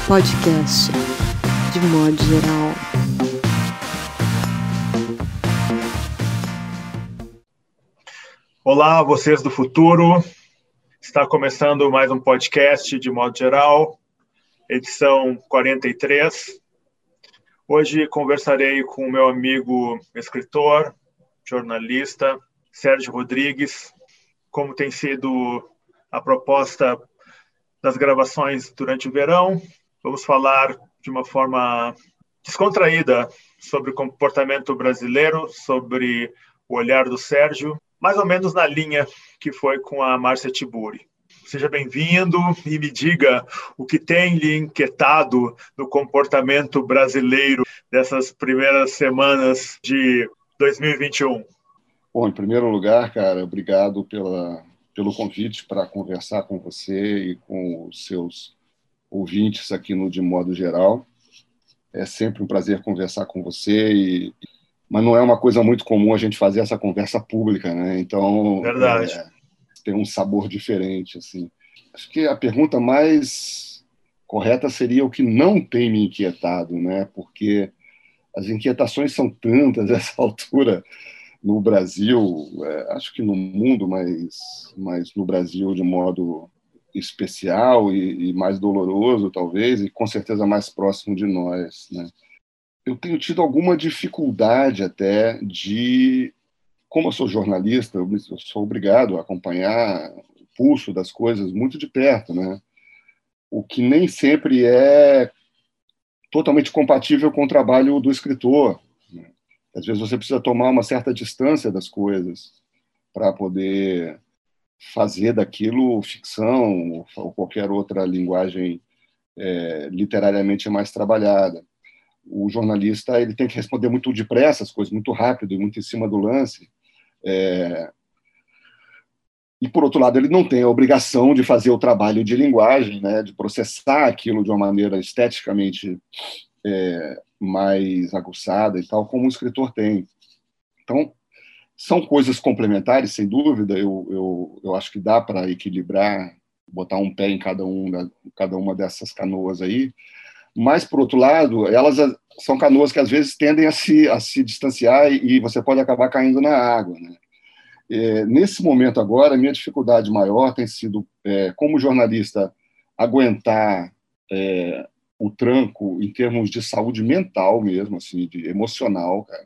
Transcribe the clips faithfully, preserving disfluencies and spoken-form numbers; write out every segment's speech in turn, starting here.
podcast, de modo geral. Olá, vocês do futuro. Está começando mais um podcast de modo geral, edição quarenta e três. Hoje conversarei com o meu amigo escritor, jornalista, Sérgio Rodrigues, como tem sido a proposta das gravações durante o verão. Vamos falar de uma forma descontraída sobre o comportamento brasileiro, sobre o olhar do Sérgio, mais ou menos na linha que foi com a Márcia Tiburi. Seja bem-vindo e me diga o que tem lhe inquietado no comportamento brasileiro dessas primeiras semanas de dois mil e vinte e um. Bom, em primeiro lugar, cara, obrigado pela, pelo convite para conversar com você e com os seus ouvintes aqui no De Modo Geral. É sempre um prazer conversar com você, e, mas não é uma coisa muito comum a gente fazer essa conversa pública, né? Então, Verdade. É, tem um sabor diferente, assim. Acho que a pergunta mais correta seria o que não tem me inquietado, né? Porque as inquietações são tantas a essa altura no Brasil, é, acho que no mundo, mas, mas no Brasil de modo especial e, e mais doloroso, talvez, e com certeza mais próximo de nós, né? Eu tenho tido alguma dificuldade até de, como eu sou jornalista, eu sou obrigado a acompanhar o pulso das coisas muito de perto, né? O que nem sempre é totalmente compatível com o trabalho do escritor, né? Às vezes você precisa tomar uma certa distância das coisas para poder fazer daquilo ficção ou qualquer outra linguagem é, literariamente mais trabalhada. O jornalista ele tem que responder muito depressa as coisas, muito rápido e muito em cima do lance. É... E, por outro lado, ele não tem a obrigação de fazer o trabalho de linguagem, né, de processar aquilo de uma maneira esteticamente é, mais aguçada e tal, como o escritor tem. Então, são coisas complementares, sem dúvida. Eu, eu, eu acho que dá para equilibrar, botar um pé em cada, um, cada uma dessas canoas aí. Mas, por outro lado, elas são canoas que às vezes tendem a se, a se distanciar e você pode acabar caindo na água, né? É, nesse momento agora, a minha dificuldade maior tem sido, é, como jornalista, aguentar é, o tranco em termos de saúde mental mesmo, assim, de emocional, cara.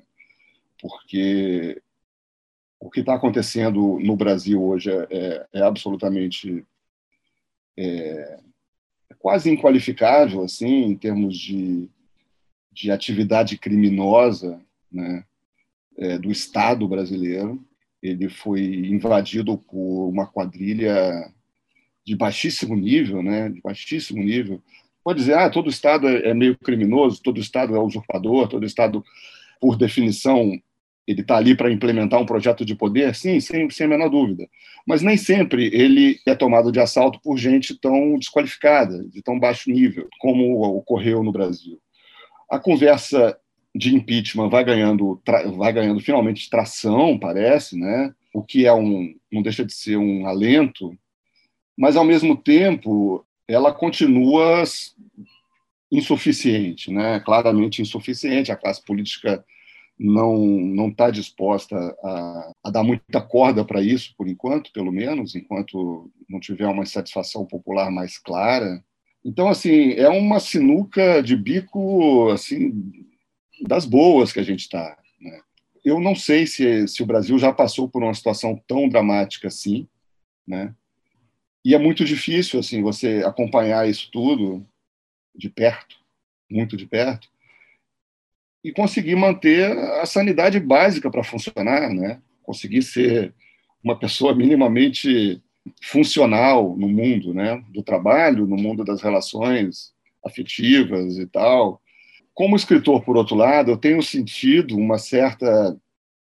Porque o que está acontecendo no Brasil hoje é, é, é absolutamente é, é quase inqualificável, assim, em termos de, de atividade criminosa, né, é, do Estado brasileiro. Ele foi invadido por uma quadrilha de baixíssimo nível, né, de baixíssimo nível. Pode dizer, ah, todo Estado é meio criminoso, todo Estado é usurpador, todo Estado, por definição, ele está ali para implementar um projeto de poder? Sim, sem, sem a menor dúvida. Mas nem sempre ele é tomado de assalto por gente tão desqualificada, de tão baixo nível, como ocorreu no Brasil. A conversa de impeachment vai ganhando, vai ganhando finalmente tração, parece, né? O que é um, não deixa de ser um alento, mas, ao mesmo tempo, ela continua insuficiente, né? Claramente insuficiente. A classe política não não está disposta a, a dar muita corda para isso, por enquanto, pelo menos, enquanto não tiver uma insatisfação popular mais clara. Então, assim, é uma sinuca de bico, assim, das boas que a gente está, né? Eu não sei se, se o Brasil já passou por uma situação tão dramática assim, né? E é muito difícil, assim, você acompanhar isso tudo de perto, muito de perto, e conseguir manter a sanidade básica para funcionar, né? Conseguir ser uma pessoa minimamente funcional no mundo, né? Do trabalho, no mundo das relações afetivas e tal. Como escritor, por outro lado, eu tenho sentido uma certa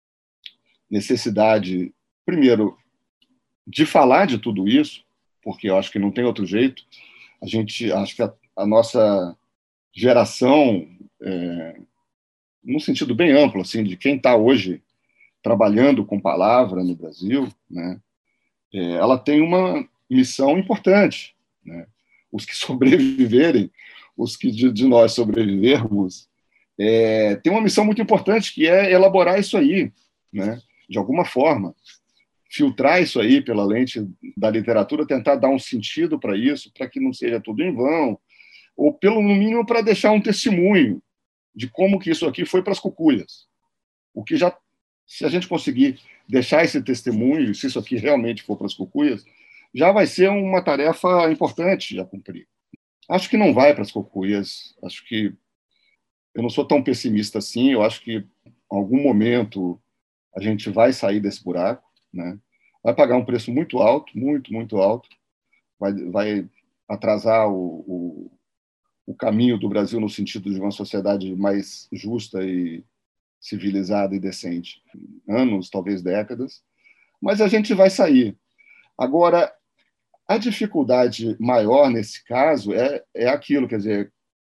necessidade, primeiro, de falar de tudo isso, porque eu acho que não tem outro jeito. A gente, acho que a, a nossa geração, é, num sentido bem amplo, assim, de quem está hoje trabalhando com palavra no Brasil, né, é, ela tem uma missão importante, né? Os que sobreviverem os que de, de nós sobrevivermos, é, tem uma missão muito importante, que é elaborar isso aí, né? De alguma forma, filtrar isso aí pela lente da literatura, tentar dar um sentido para isso, para que não seja tudo em vão, ou, pelo no mínimo, para deixar um testemunho de como que isso aqui foi para as cucuias. O que já, se a gente conseguir deixar esse testemunho, se isso aqui realmente for para as cucuias, já vai ser uma tarefa importante a cumprir. Acho que não vai para as cucuias, acho que eu não sou tão pessimista assim, eu acho que em algum momento a gente vai sair desse buraco, né? Vai pagar um preço muito alto, muito, muito alto, vai, vai atrasar o, o, o caminho do Brasil no sentido de uma sociedade mais justa e civilizada e decente. Anos, talvez décadas, mas a gente vai sair. Agora, a dificuldade maior nesse caso é, é aquilo, quer dizer,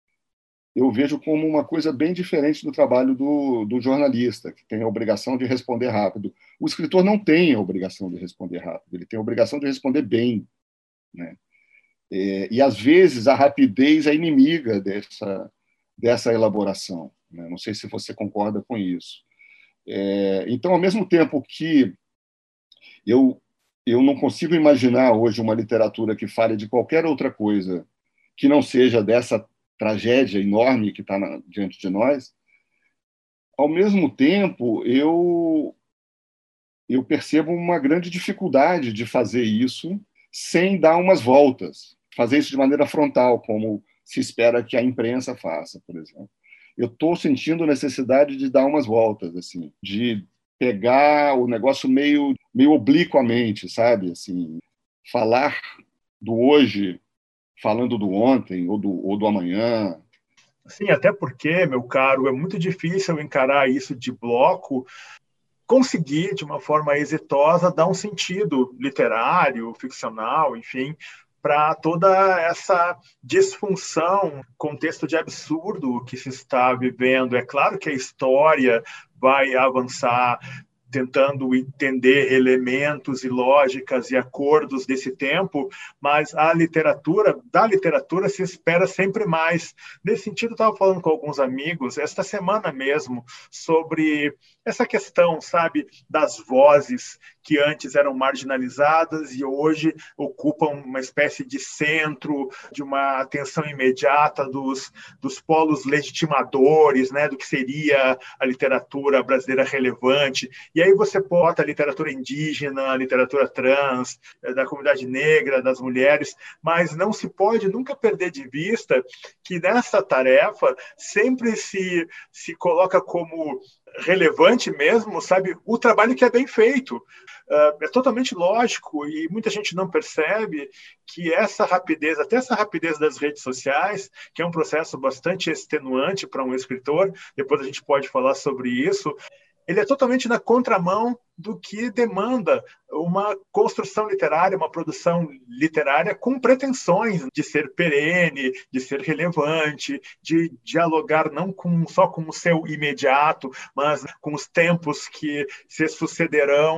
eu vejo como uma coisa bem diferente do trabalho do, do jornalista, que tem a obrigação de responder rápido. O escritor não tem a obrigação de responder rápido, ele tem a obrigação de responder bem, né? E, e às vezes, a rapidez é inimiga dessa, dessa elaboração, né? Não sei se você concorda com isso. É, então, ao mesmo tempo que eu, eu não consigo imaginar hoje uma literatura que fale de qualquer outra coisa que não seja dessa tragédia enorme que está diante de nós, ao mesmo tempo, eu, eu percebo uma grande dificuldade de fazer isso sem dar umas voltas, fazer isso de maneira frontal, como se espera que a imprensa faça, por exemplo. Eu estou sentindo necessidade de dar umas voltas, assim, de pegar o negócio meio, meio obliquamente, sabe? Assim, falar do hoje falando do ontem ou do, ou do amanhã. Sim, até porque, meu caro, é muito difícil encarar isso de bloco, conseguir, de uma forma exitosa, dar um sentido literário, ficcional, enfim, para toda essa disfunção, contexto de absurdo que se está vivendo. É claro que a história vai avançar, tentando entender elementos e lógicas e acordos desse tempo, mas a literatura, da literatura se espera sempre mais. Nesse sentido, eu estava falando com alguns amigos, esta semana mesmo, sobre essa questão, sabe, das vozes que antes eram marginalizadas e hoje ocupam uma espécie de centro, de uma atenção imediata dos, dos polos legitimadores, né, do que seria a literatura brasileira relevante. E aí você bota a literatura indígena, a literatura trans, da comunidade negra, das mulheres, mas não se pode nunca perder de vista que nessa tarefa sempre se, se coloca como relevante mesmo, sabe, o trabalho que é bem feito. Uh, é totalmente lógico e muita gente não percebe que essa rapidez, até essa rapidez das redes sociais, que é um processo bastante extenuante para um escritor, depois a gente pode falar sobre isso, ele é totalmente na contramão do que demanda uma construção literária, uma produção literária com pretensões de ser perene, de ser relevante, de dialogar não com, só com o seu imediato, mas com os tempos que se sucederão.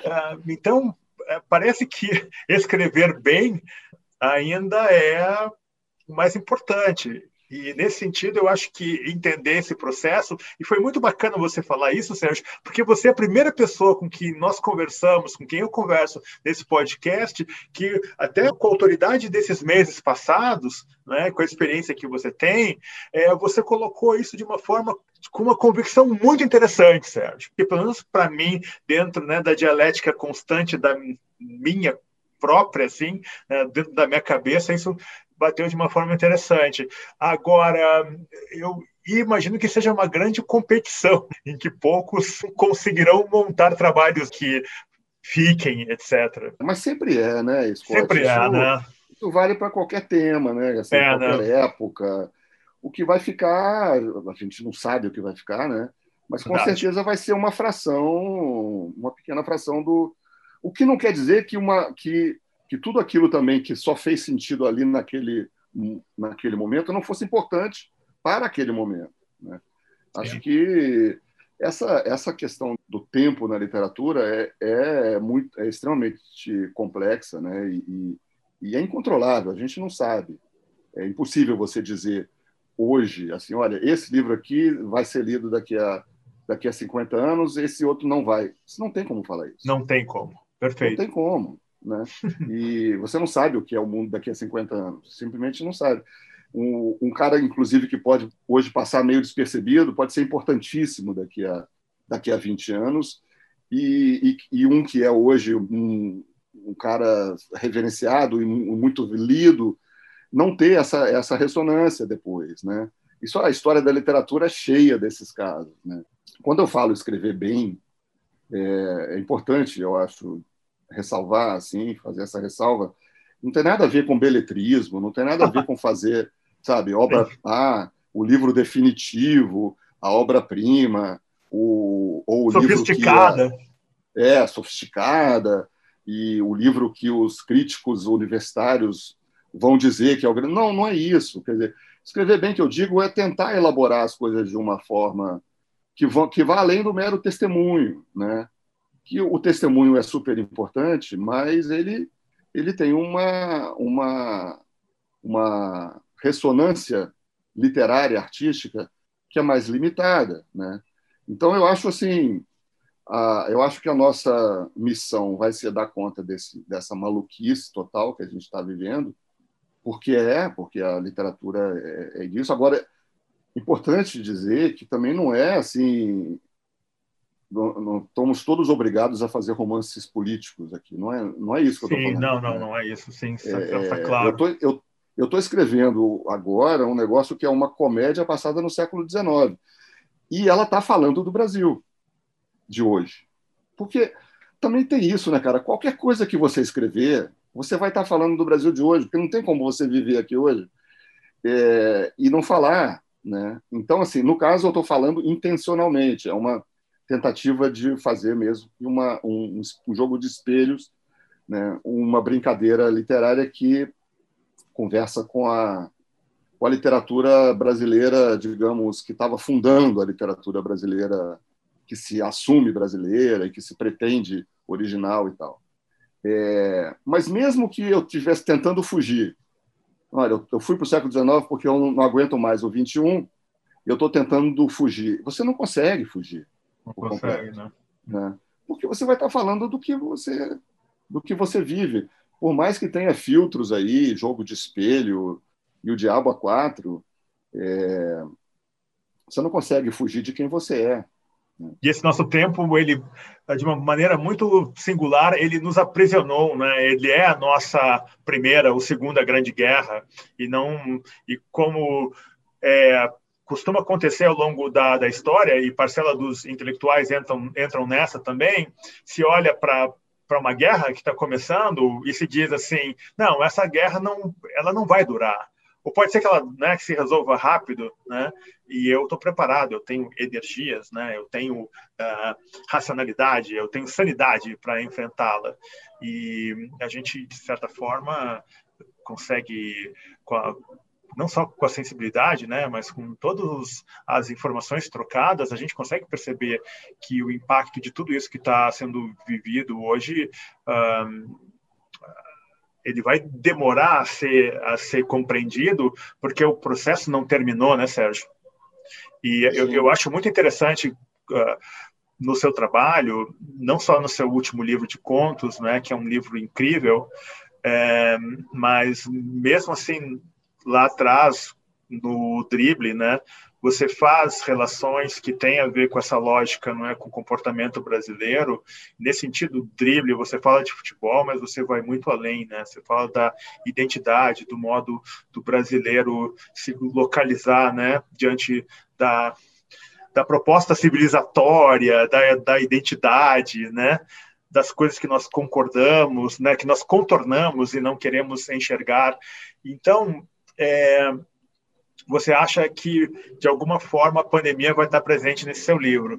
Então, parece que escrever bem ainda é o mais importante. E, nesse sentido, eu acho que entender esse processo, e foi muito bacana você falar isso, Sérgio, porque você é a primeira pessoa com quem nós conversamos, com quem eu converso nesse podcast, que até com a autoridade desses meses passados, né, com a experiência que você tem, é, você colocou isso de uma forma, com uma convicção muito interessante, Sérgio. Porque, pelo menos para mim, dentro, né, da dialética constante da minha própria, assim, né, dentro da minha cabeça, isso bateu de uma forma interessante. Agora, eu imagino que seja uma grande competição, em que poucos conseguirão montar trabalhos que fiquem, etcétera. Mas sempre é, né, Scott? Sempre isso, é, né? Isso vale para qualquer tema, né? Assim, É, qualquer né? época. O que vai ficar, a gente não sabe o que vai ficar, né? Mas com Verdade. certeza vai ser uma fração, uma pequena fração do... O que não quer dizer que, uma, que, que tudo aquilo também que só fez sentido ali naquele, naquele momento não fosse importante para aquele momento, né? Acho que essa, essa questão do tempo na literatura é, é, muito, é extremamente complexa, né? E, e é incontrolável, a gente não sabe. É impossível você dizer hoje, assim, olha, esse livro aqui vai ser lido daqui a, daqui a cinquenta anos, esse outro não vai. Você não tem como falar isso. Não tem como. Não Perfeito. tem como, né? E você não sabe o que é o mundo daqui a cinquenta anos. Simplesmente não sabe. Um, um cara, inclusive, que pode hoje passar meio despercebido, pode ser importantíssimo daqui a, daqui a vinte anos, e, e, e um que é hoje um, um cara reverenciado e muito lido, não ter essa, essa ressonância depois, né? Isso, a história da literatura é cheia desses casos, né? Quando eu falo escrever bem, é, é importante, eu acho, ressalvar, assim, fazer essa ressalva. Não tem nada a ver com beletrismo, não tem nada a ver com fazer, sabe, obra, ah, o livro definitivo, a obra-prima, o, ou o livro que Sofisticada. é, é sofisticada, e o livro que os críticos universitários vão dizer que é o grande. Não, não é isso. Quer dizer, escrever bem, que eu digo, é tentar elaborar as coisas de uma forma que, vão, que vá além do mero testemunho, né? Que o testemunho é super importante, mas ele, ele tem uma, uma, uma ressonância literária, artística, que é mais limitada, né? Então, eu acho assim, a, eu acho que a nossa missão vai ser dar conta desse, dessa maluquice total que a gente está vivendo, porque é, porque a literatura é, é isso. Agora, é importante dizer que também não é assim, não, não estamos todos obrigados a fazer romances políticos aqui, não é, não é isso que eu estou Sim, falando. não, não, Né? não é isso, sim, está É, claro. eu tô, eu, eu estou escrevendo agora um negócio que é uma comédia passada no século dezenove, e ela está falando do Brasil de hoje. Porque também tem isso, né, cara? Qualquer coisa que você escrever, você vai estar falando do Brasil de hoje, porque não tem como você viver aqui hoje é, e não falar, né? Então, assim, no caso, eu estou falando intencionalmente, é uma tentativa de fazer mesmo uma, um, um jogo de espelhos, né? Uma brincadeira literária que conversa com a, com a literatura brasileira, digamos, que estava fundando a literatura brasileira, que se assume brasileira e que se pretende original e tal. É, mas mesmo que eu estivesse tentando fugir, olha, eu fui para o século dezenove porque eu não aguento mais o vinte e um, e eu estou tentando fugir. Você não consegue fugir Não por consegue, completo, né? né? Porque você vai estar falando do que você, do que você vive. Por mais que tenha filtros aí, jogo de espelho e o diabo a quatro, é, você não consegue fugir de quem você é. E esse nosso tempo, ele, de uma maneira muito singular, ele nos aprisionou, né? Ele é a nossa primeira ou segunda grande guerra, e não e como é, costuma acontecer ao longo da, da história, e parcela dos intelectuais entram, entram nessa também, se olha para para uma guerra que está começando e se diz assim, não, essa guerra não, ela não vai durar. Ou pode ser que ela, né, que se resolva rápido, né? E eu estou preparado, eu tenho energias, né? Eu tenho uh, racionalidade, eu tenho sanidade para enfrentá-la. E a gente, de certa forma, consegue, com a, não só com a sensibilidade, né, mas com todas as informações trocadas, a gente consegue perceber que o impacto de tudo isso que está sendo vivido hoje um, ele vai demorar a ser, a ser compreendido, porque o processo não terminou, né, Sérgio? E eu, eu acho muito interessante uh, no seu trabalho, não só no seu último livro de contos, né, que é um livro incrível, é, mas mesmo assim, lá atrás, no Drible, né, você faz relações que têm a ver com essa lógica, não é, com o comportamento brasileiro. Nesse sentido, Drible, você fala de futebol, mas você vai muito além, né? Você fala da identidade, do modo do brasileiro se localizar, né, diante da, da proposta civilizatória, da, da identidade, né? Das coisas que nós concordamos, né, que nós contornamos e não queremos enxergar. Então, é, você acha que, de alguma forma, a pandemia vai estar presente nesse seu livro?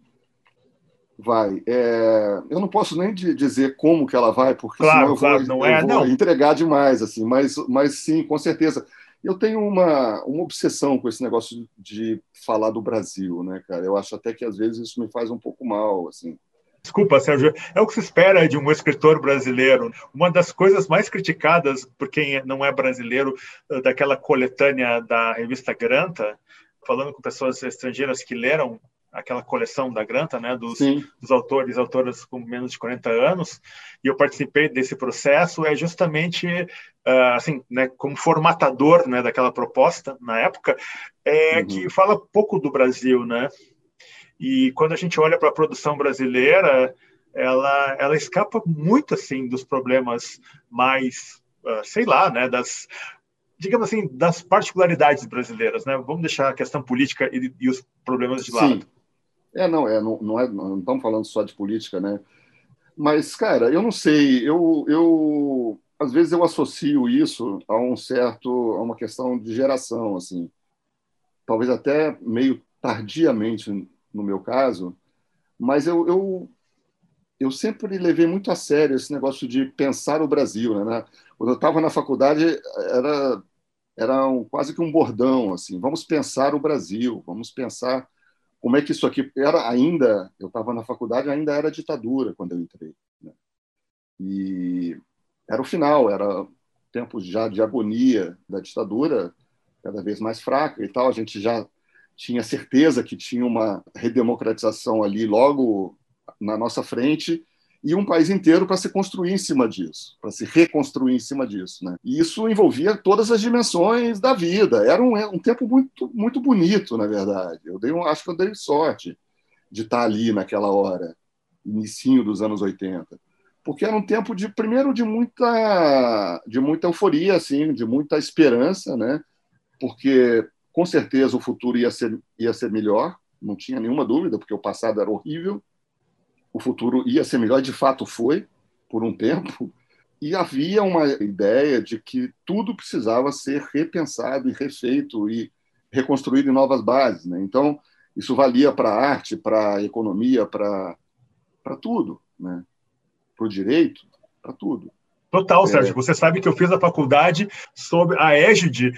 Vai. É, eu não posso nem dizer como que ela vai, porque claro, senão eu claro, vou, não eu é, vou não. entregar demais, assim. Mas, mas sim, com certeza. Eu tenho uma, uma obsessão com esse negócio de falar do Brasil, né, cara? Eu acho até que às vezes isso me faz um pouco mal, assim. Desculpa, Sérgio, é o que se espera de um escritor brasileiro. Uma das coisas mais criticadas por quem não é brasileiro, daquela coletânea da revista Granta, falando com pessoas estrangeiras que leram aquela coleção da Granta, né, dos, dos autores e autoras com menos de quarenta anos, e eu participei desse processo, é justamente, uh, assim, né, como formatador, né, daquela proposta, na época, é uhum. que fala pouco do Brasil, né? E quando a gente olha para a produção brasileira, ela, ela escapa muito, assim, dos problemas mais, uh, sei lá, né, das, digamos assim, das particularidades brasileiras, né? Vamos deixar a questão política e, e os problemas de lado. Sim. É, não, é, não, não, é, não estamos falando só de política, né? Mas, cara, eu não sei, eu, eu às vezes eu associo isso a um certo, a uma questão de geração, assim, talvez até meio tardiamente no meu caso, mas eu, eu, eu sempre levei muito a sério esse negócio de pensar o Brasil, né? Quando eu estava na faculdade, era, era um, quase que um bordão, assim, vamos pensar o Brasil, vamos pensar como é que isso aqui era ainda, eu estava na faculdade, ainda era ditadura quando eu entrei, né? E era o final, era tempos já de agonia da ditadura, cada vez mais fraca e tal, a gente já tinha certeza que tinha uma redemocratização ali logo na nossa frente e um país inteiro para se construir em cima disso, para se reconstruir em cima disso, né? E isso envolvia todas as dimensões da vida. Era um, um tempo muito, muito bonito, na verdade. Eu dei um, acho que eu dei sorte de estar ali naquela hora, inicinho dos anos oitenta, porque era um tempo de, primeiro, de muita, de muita euforia, assim, de muita esperança, né? Porque com certeza o futuro ia ser, ia ser melhor, não tinha nenhuma dúvida, porque o passado era horrível, o futuro ia ser melhor, de fato foi, por um tempo, e havia uma ideia de que tudo precisava ser repensado e refeito e reconstruído em novas bases, né? Então, isso valia para a arte, para a economia, para para tudo, né? Para o direito, para tudo. Total, Sérgio. É... Você sabe que eu fiz a faculdade sob a égide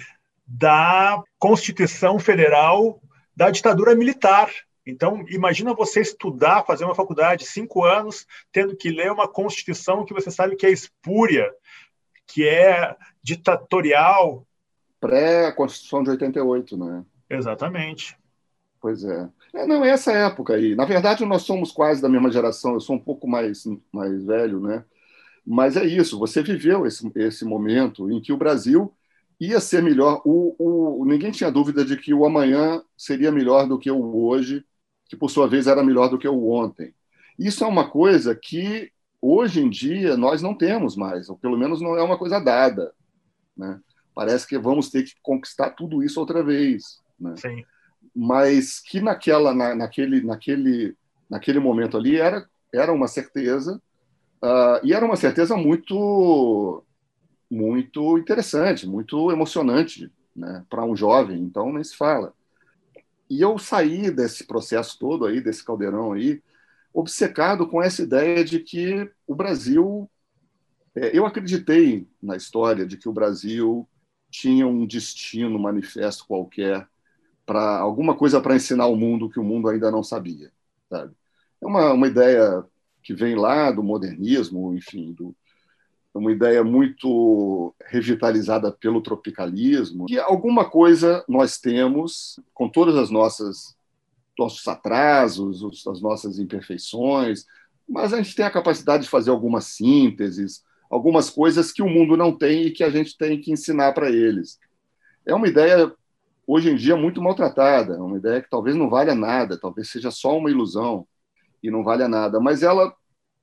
da Constituição Federal da ditadura militar. Então, imagina você estudar, fazer uma faculdade, cinco anos, tendo que ler uma Constituição que você sabe que é espúria, que é ditatorial. Pré-Constituição de oitenta e oito, né? Exatamente. Pois é. é. Não, é essa época aí. Na verdade, nós somos quase da mesma geração, eu sou um pouco mais, mais velho, né? Mas é isso, você viveu esse, esse momento em que o Brasil ia ser melhor. O, o, ninguém tinha dúvida de que o amanhã seria melhor do que o hoje, que, por sua vez, era melhor do que o ontem. Isso é uma coisa que, hoje em dia, nós não temos mais, ou pelo menos não é uma coisa dada, né? Parece que vamos ter que conquistar tudo isso outra vez, né? Sim. Mas que naquela, na, naquele, naquele, naquele momento ali era, era uma certeza, uh, e era uma certeza muito... muito interessante, muito emocionante, né, para um jovem, então nem se fala. E eu saí desse processo todo aí, desse caldeirão aí, obcecado com essa ideia de que o Brasil... É, eu acreditei na história de que o Brasil tinha um destino manifesto qualquer, para alguma coisa para ensinar ao mundo que o mundo ainda não sabia, sabe? É uma, uma ideia que vem lá do modernismo, enfim, do uma ideia muito revitalizada pelo tropicalismo, que alguma coisa nós temos, com todas as nossas nossos atrasos, as nossas imperfeições, mas a gente tem a capacidade de fazer algumas sínteses, algumas coisas que o mundo não tem e que a gente tem que ensinar para eles. É uma ideia, hoje em dia, muito maltratada, uma ideia que talvez não valha nada, talvez seja só uma ilusão e não valha nada, mas ela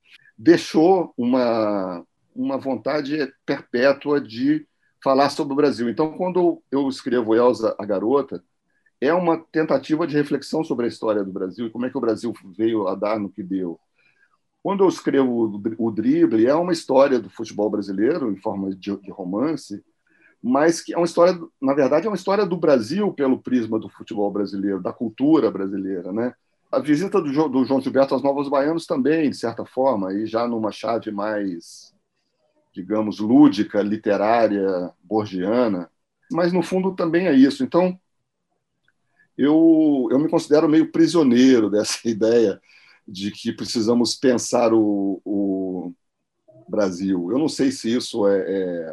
deixou uma... uma vontade perpétua de falar sobre o Brasil. Então, quando eu escrevo Elza, a Garota, é uma tentativa de reflexão sobre a história do Brasil e como é que o Brasil veio a dar no que deu. Quando eu escrevo o Drible, é uma história do futebol brasileiro, em forma de, de romance, mas que é uma história, na verdade, é uma história do Brasil pelo prisma do futebol brasileiro, da cultura brasileira, né? A visita do, do João Gilberto aos Novos Baianos também, de certa forma, e já numa chave mais, digamos, lúdica, literária, borgiana, mas, no fundo, também é isso. Então, eu, eu me considero meio prisioneiro dessa ideia de que precisamos pensar o, o Brasil. Eu não sei se isso é, é,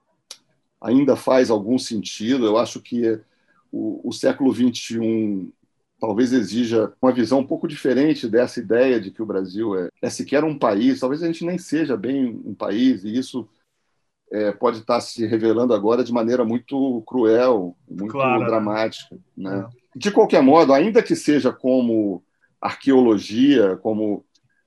ainda faz algum sentido. Eu acho que o, o século vinte e um talvez exija uma visão um pouco diferente dessa ideia de que o Brasil é, é sequer um país. Talvez a gente nem seja bem um país, e isso é, pode estar se revelando agora de maneira muito cruel, muito Claro, dramática, né? né? De qualquer modo, ainda que seja como arqueologia, como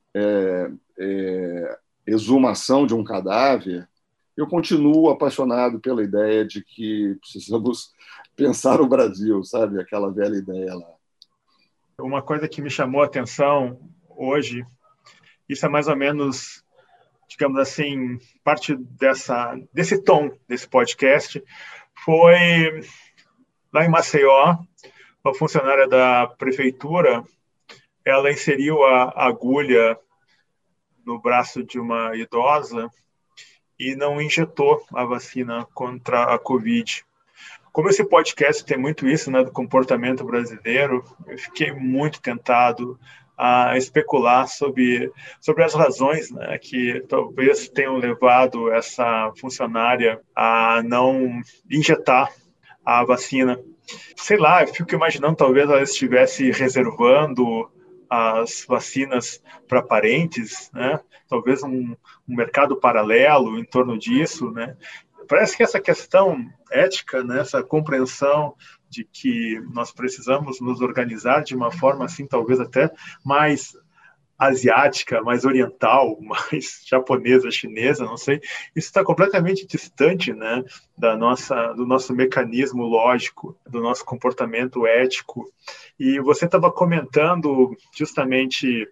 é, é, exumação de um cadáver, eu continuo apaixonado pela ideia de que precisamos pensar o Brasil, sabe? Aquela velha ideia lá. Uma coisa que me chamou a atenção hoje, isso é mais ou menos, digamos assim, parte dessa, desse tom desse podcast, foi lá em Maceió, uma funcionária da prefeitura, ela inseriu a agulha no braço de uma idosa e não injetou a vacina contra a Covid. Como esse podcast tem muito isso, né, do comportamento brasileiro, eu fiquei muito tentado a especular sobre, sobre as razões, né, que talvez tenham levado essa funcionária a não injetar a vacina. Sei lá, eu fico imaginando, talvez ela estivesse reservando as vacinas para parentes, né? Talvez um, um mercado paralelo em torno disso, né? Parece que essa questão ética, né, essa compreensão de que nós precisamos nos organizar de uma forma assim, talvez até mais asiática, mais oriental, mais japonesa, chinesa, não sei, isso está completamente distante, né, da nossa, do nosso mecanismo lógico, do nosso comportamento ético. E você estava comentando justamente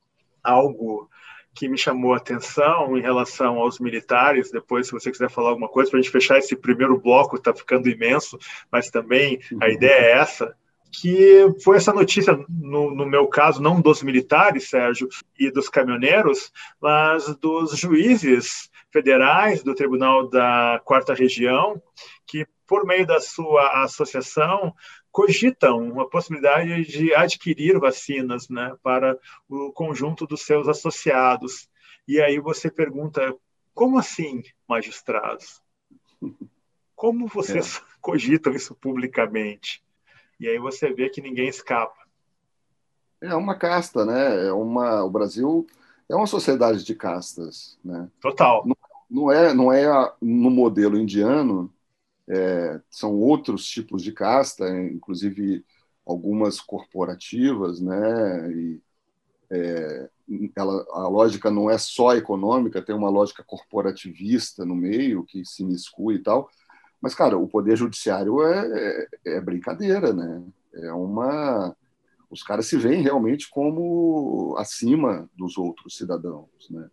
algo que me chamou a atenção em relação aos militares. Depois, se você quiser falar alguma coisa, para a gente fechar esse primeiro bloco, está ficando imenso, mas também a ideia é essa, que foi essa notícia, no, no meu caso, não dos militares, Sérgio, e dos caminhoneiros, mas dos juízes federais do Tribunal da Quarta Região, que, por meio da sua associação, cogitam a possibilidade de adquirir vacinas, né, para o conjunto dos seus associados. E aí você pergunta, como assim, magistrados? Como vocês é. cogitam isso publicamente? E aí você vê que ninguém escapa. É uma casta, né? É uma, o Brasil é uma sociedade de castas, né? Total. Não, não é, não é a, no modelo indiano. É, são outros tipos de casta, inclusive algumas corporativas, né? E, é, ela, a lógica não é só econômica, tem uma lógica corporativista no meio que se miscui e tal. Mas, cara, o poder judiciário é, é, é brincadeira, né? É uma... Os caras se veem realmente como acima dos outros cidadãos, né?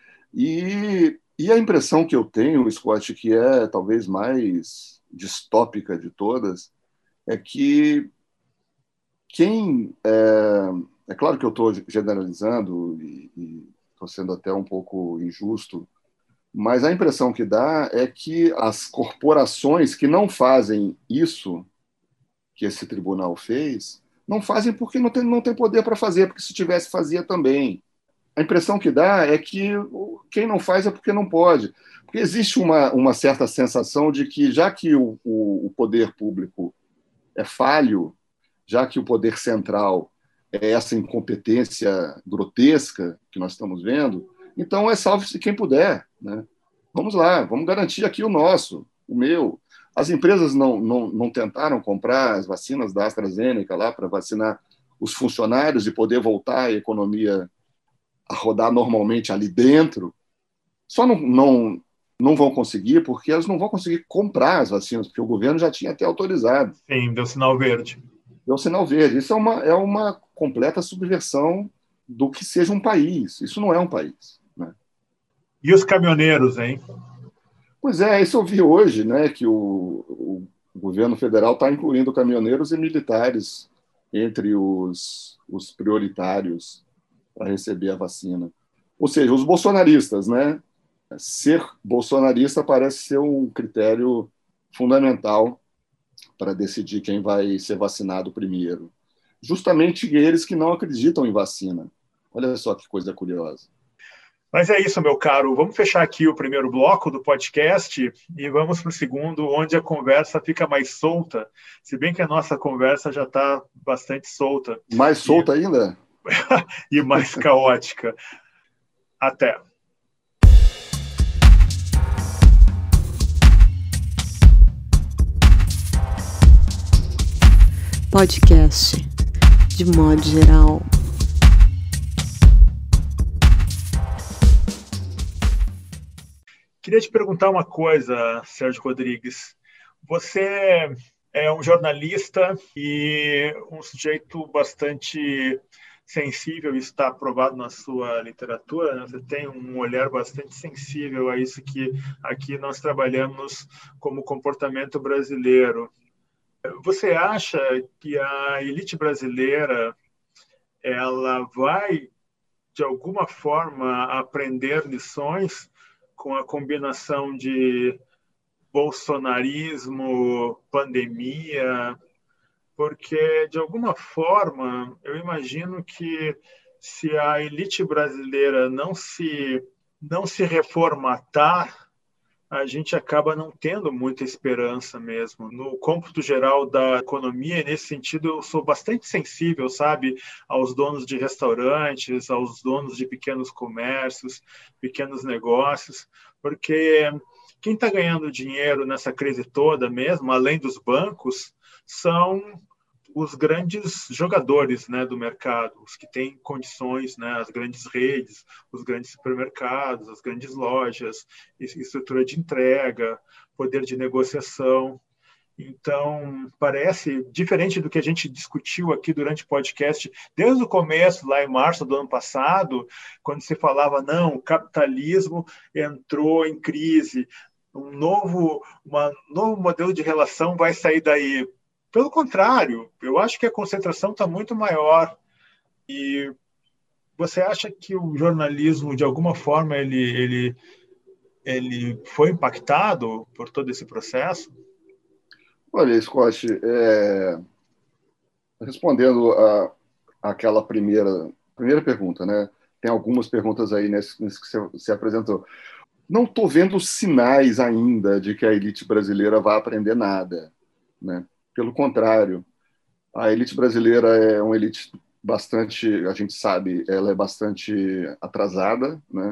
E, e a impressão que eu tenho, Scott, que é talvez mais distópica de todas, é que quem... É, é claro que eu estou generalizando e estou sendo até um pouco injusto, mas a impressão que dá é que as corporações que não fazem isso que esse tribunal fez, não fazem porque não tem, não tem poder para fazer, porque se tivesse, fazia também. A impressão que dá é que quem não faz é porque não pode. Porque existe uma, uma certa sensação de que, já que o, o, o poder público é falho, já que o poder central é essa incompetência grotesca que nós estamos vendo, então é salve-se quem puder, né? Vamos lá, vamos garantir aqui o nosso, o meu. As empresas não, não, não tentaram comprar as vacinas da AstraZeneca lá para vacinar os funcionários e poder voltar a economia a rodar normalmente ali dentro. Só não, não, não vão conseguir porque elas não vão conseguir comprar as vacinas, porque o governo já tinha até autorizado. Sim, deu sinal verde. Deu sinal verde. Isso é uma, é uma completa subversão do que seja um país. Isso não é um país, né? E os caminhoneiros, hein? Pois é, isso eu vi hoje, né, que o, o governo federal está incluindo caminhoneiros e militares entre os, os prioritários para receber a vacina. Ou seja, os bolsonaristas, né? Ser bolsonarista parece ser um critério fundamental para decidir quem vai ser vacinado primeiro. Justamente eles que não acreditam em vacina. Olha só que coisa curiosa. Mas é isso, meu caro. Vamos fechar aqui o primeiro bloco do podcast e vamos para o segundo, onde a conversa fica mais solta, se bem que a nossa conversa já está bastante solta. Mais solta e... ainda? e mais caótica. Até. Podcast, de modo geral. Queria te perguntar uma coisa, Sérgio Rodrigues. Você é um jornalista e um sujeito bastante sensível, isso está aprovado na sua literatura, né? Você tem um olhar bastante sensível a isso que aqui nós trabalhamos como comportamento brasileiro. Você acha que a elite brasileira ela vai, de alguma forma, aprender lições com a combinação de bolsonarismo, pandemia? Porque, de alguma forma, eu imagino que se a elite brasileira não se, não se reformatar, a gente acaba não tendo muita esperança mesmo. No cômputo geral da economia, nesse sentido, eu sou bastante sensível, sabe, aos donos de restaurantes, aos donos de pequenos comércios, pequenos negócios, porque quem está ganhando dinheiro nessa crise toda mesmo, além dos bancos, são os grandes jogadores, né, do mercado, os que têm condições, né, as grandes redes, os grandes supermercados, as grandes lojas, estrutura de entrega, poder de negociação. Então, parece, diferente do que a gente discutiu aqui durante o podcast, desde o começo, lá em março do ano passado, quando se falava, não, o capitalismo entrou em crise, um novo, uma, um novo modelo de relação vai sair daí. Pelo contrário, eu acho que a concentração está muito maior. E você acha que o jornalismo, de alguma forma, ele, ele, ele foi impactado por todo esse processo? Olha, Scott, é... respondendo a, aquela primeira, primeira pergunta, né? Tem algumas perguntas aí nesse, nesse que você, você apresentou. Não estou vendo sinais ainda de que a elite brasileira vai aprender nada, né? Pelo contrário, a elite brasileira é uma elite bastante, a gente sabe, ela é bastante atrasada, né?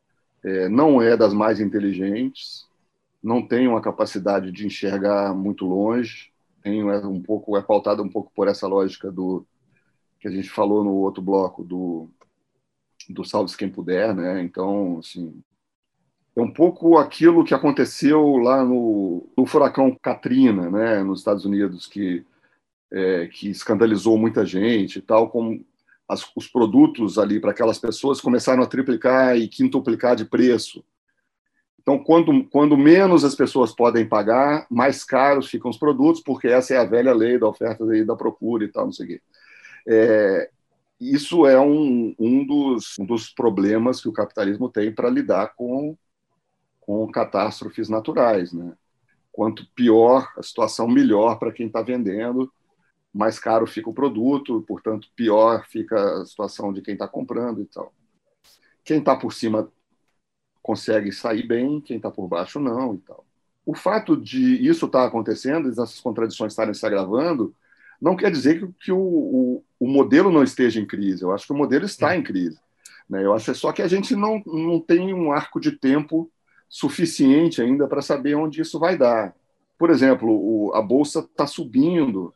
É, não é das mais inteligentes, não tem uma capacidade de enxergar muito longe, tem é um pouco é pautada um pouco por essa lógica do que a gente falou no outro bloco do do salve-se quem puder, né? Então, assim, é um pouco aquilo que aconteceu lá no, no furacão Katrina, né, nos Estados Unidos, que É, que escandalizou muita gente e tal, como as, os produtos ali para aquelas pessoas começaram a triplicar e quintuplicar de preço. Então, quando, quando menos as pessoas podem pagar, mais caros ficam os produtos, porque essa é a velha lei da oferta e da procura e tal, não sei o quê. É, isso é um, um, dos, um dos problemas que o capitalismo tem para lidar com, com catástrofes naturais, né? Quanto pior a situação, melhor para quem está vendendo, mais caro fica o produto, portanto, pior fica a situação de quem está comprando e tal. Quem está por cima consegue sair bem, quem está por baixo não e tal. O fato de isso estar acontecendo, essas contradições estarem se agravando, não quer dizer que, que o, o, o modelo não esteja em crise. Eu acho que o modelo está em crise, né? Eu acho só que a gente não, não tem um arco de tempo suficiente ainda para saber onde isso vai dar. Por exemplo, o, a Bolsa está subindo,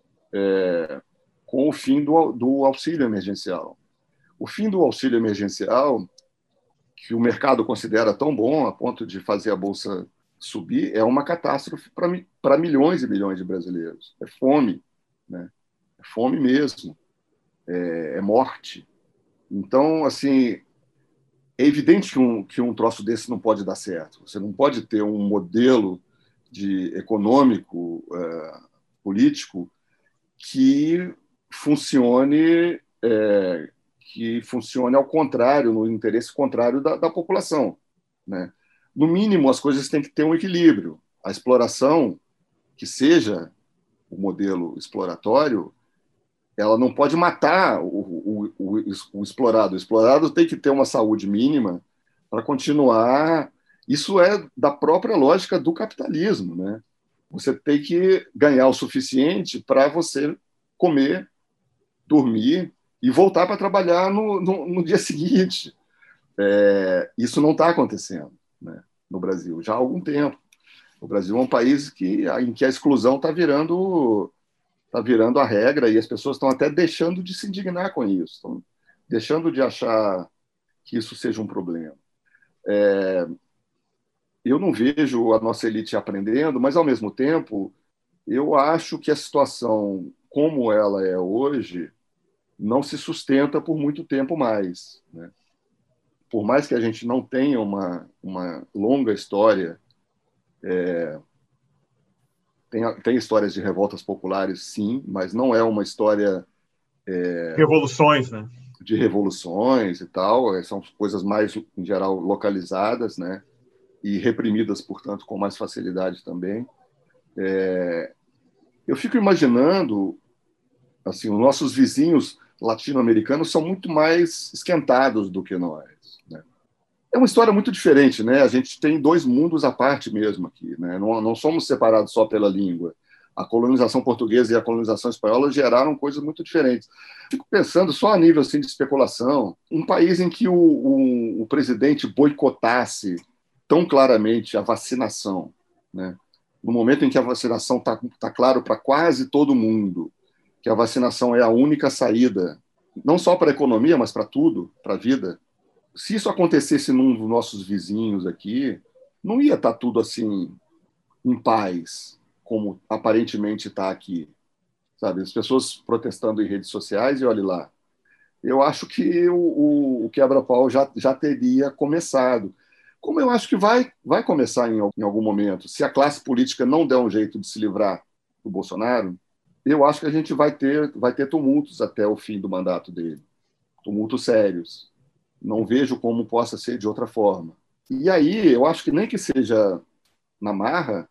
É, com o fim do, do auxílio emergencial. O fim do auxílio emergencial, que o mercado considera tão bom a ponto de fazer a Bolsa subir, é uma catástrofe para milhões e milhões de brasileiros. É fome, né? É fome mesmo, é, é morte. Então, assim, é evidente que um, que um troço desse não pode dar certo. Você não pode ter um modelo de econômico, é, político, que funcione é, que funcione ao contrário, no interesse contrário da, da população, né? No mínimo, as coisas têm que ter um equilíbrio. A exploração, que seja o modelo exploratório, ela não pode matar o, o, o, o explorado. O explorado tem que ter uma saúde mínima para continuar. Isso é da própria lógica do capitalismo, né? Você tem que ganhar o suficiente para você comer, dormir e voltar para trabalhar no, no, no dia seguinte. É, isso não está acontecendo, né, no Brasil já há algum tempo. O Brasil é um país que, em que a exclusão está virando, tá virando a regra e as pessoas estão até deixando de se indignar com isso, estão deixando de achar que isso seja um problema. É, eu não vejo a nossa elite aprendendo, mas, ao mesmo tempo, eu acho que a situação como ela é hoje não se sustenta por muito tempo mais, né? Por mais que a gente não tenha uma, uma longa história, é, tem, tem histórias de revoltas populares, sim, mas não é uma história... É, revoluções, né? De revoluções e tal, são coisas mais, em geral, localizadas, né? E reprimidas, portanto, com mais facilidade também. É, eu fico imaginando, assim, os nossos vizinhos latino-americanos são muito mais esquentados do que nós, né? É uma história muito diferente, né? A gente tem dois mundos à parte mesmo aqui, né? Não, não somos separados só pela língua. A colonização portuguesa e a colonização espanhola geraram coisas muito diferentes. Fico pensando só a nível assim, de especulação, um país em que o, o, o presidente boicotasse tão claramente a vacinação, né? No momento em que a vacinação está tá claro para quase todo mundo, que a vacinação é a única saída, não só para a economia, mas para tudo, para a vida. Se isso acontecesse num dos nossos vizinhos aqui, não ia estar tudo assim em paz, como aparentemente está aqui, sabe? As pessoas protestando em redes sociais e olhe lá. Eu acho que o, o, o quebra-pau já, já teria começado. Como eu acho que vai, vai começar em, em algum momento. Se a classe política não der um jeito de se livrar do Bolsonaro, eu acho que a gente vai ter, vai ter tumultos até o fim do mandato dele. Tumultos sérios. Não vejo como possa ser de outra forma. E aí, eu acho que nem que seja na marra,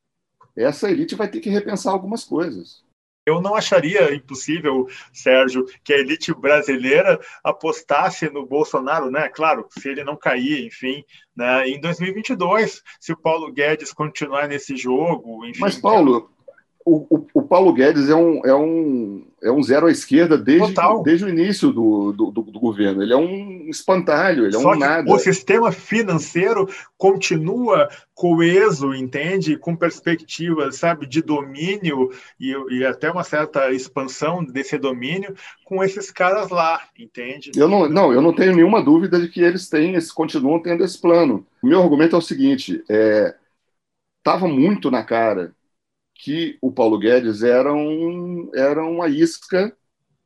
essa elite vai ter que repensar algumas coisas. Eu não acharia impossível, Sérgio, que a elite brasileira apostasse no Bolsonaro, né? Claro, se ele não cair, enfim, né? Em dois mil e vinte e dois, se o Paulo Guedes continuar nesse jogo, enfim... Mas, Paulo... O, o, o Paulo Guedes é um, é um, é um zero à esquerda desde, desde o início do, do, do, do governo. Ele é um espantalho, ele é Só um nada. O sistema financeiro continua coeso, entende? Com perspectivas, sabe, de domínio e, e até uma certa expansão desse domínio com esses caras lá, entende? Eu não, não, eu não tenho nenhuma dúvida de que eles têm, eles continuam tendo esse plano. O meu argumento é o seguinte, estava é, muito na cara que o Paulo Guedes era, um, era uma isca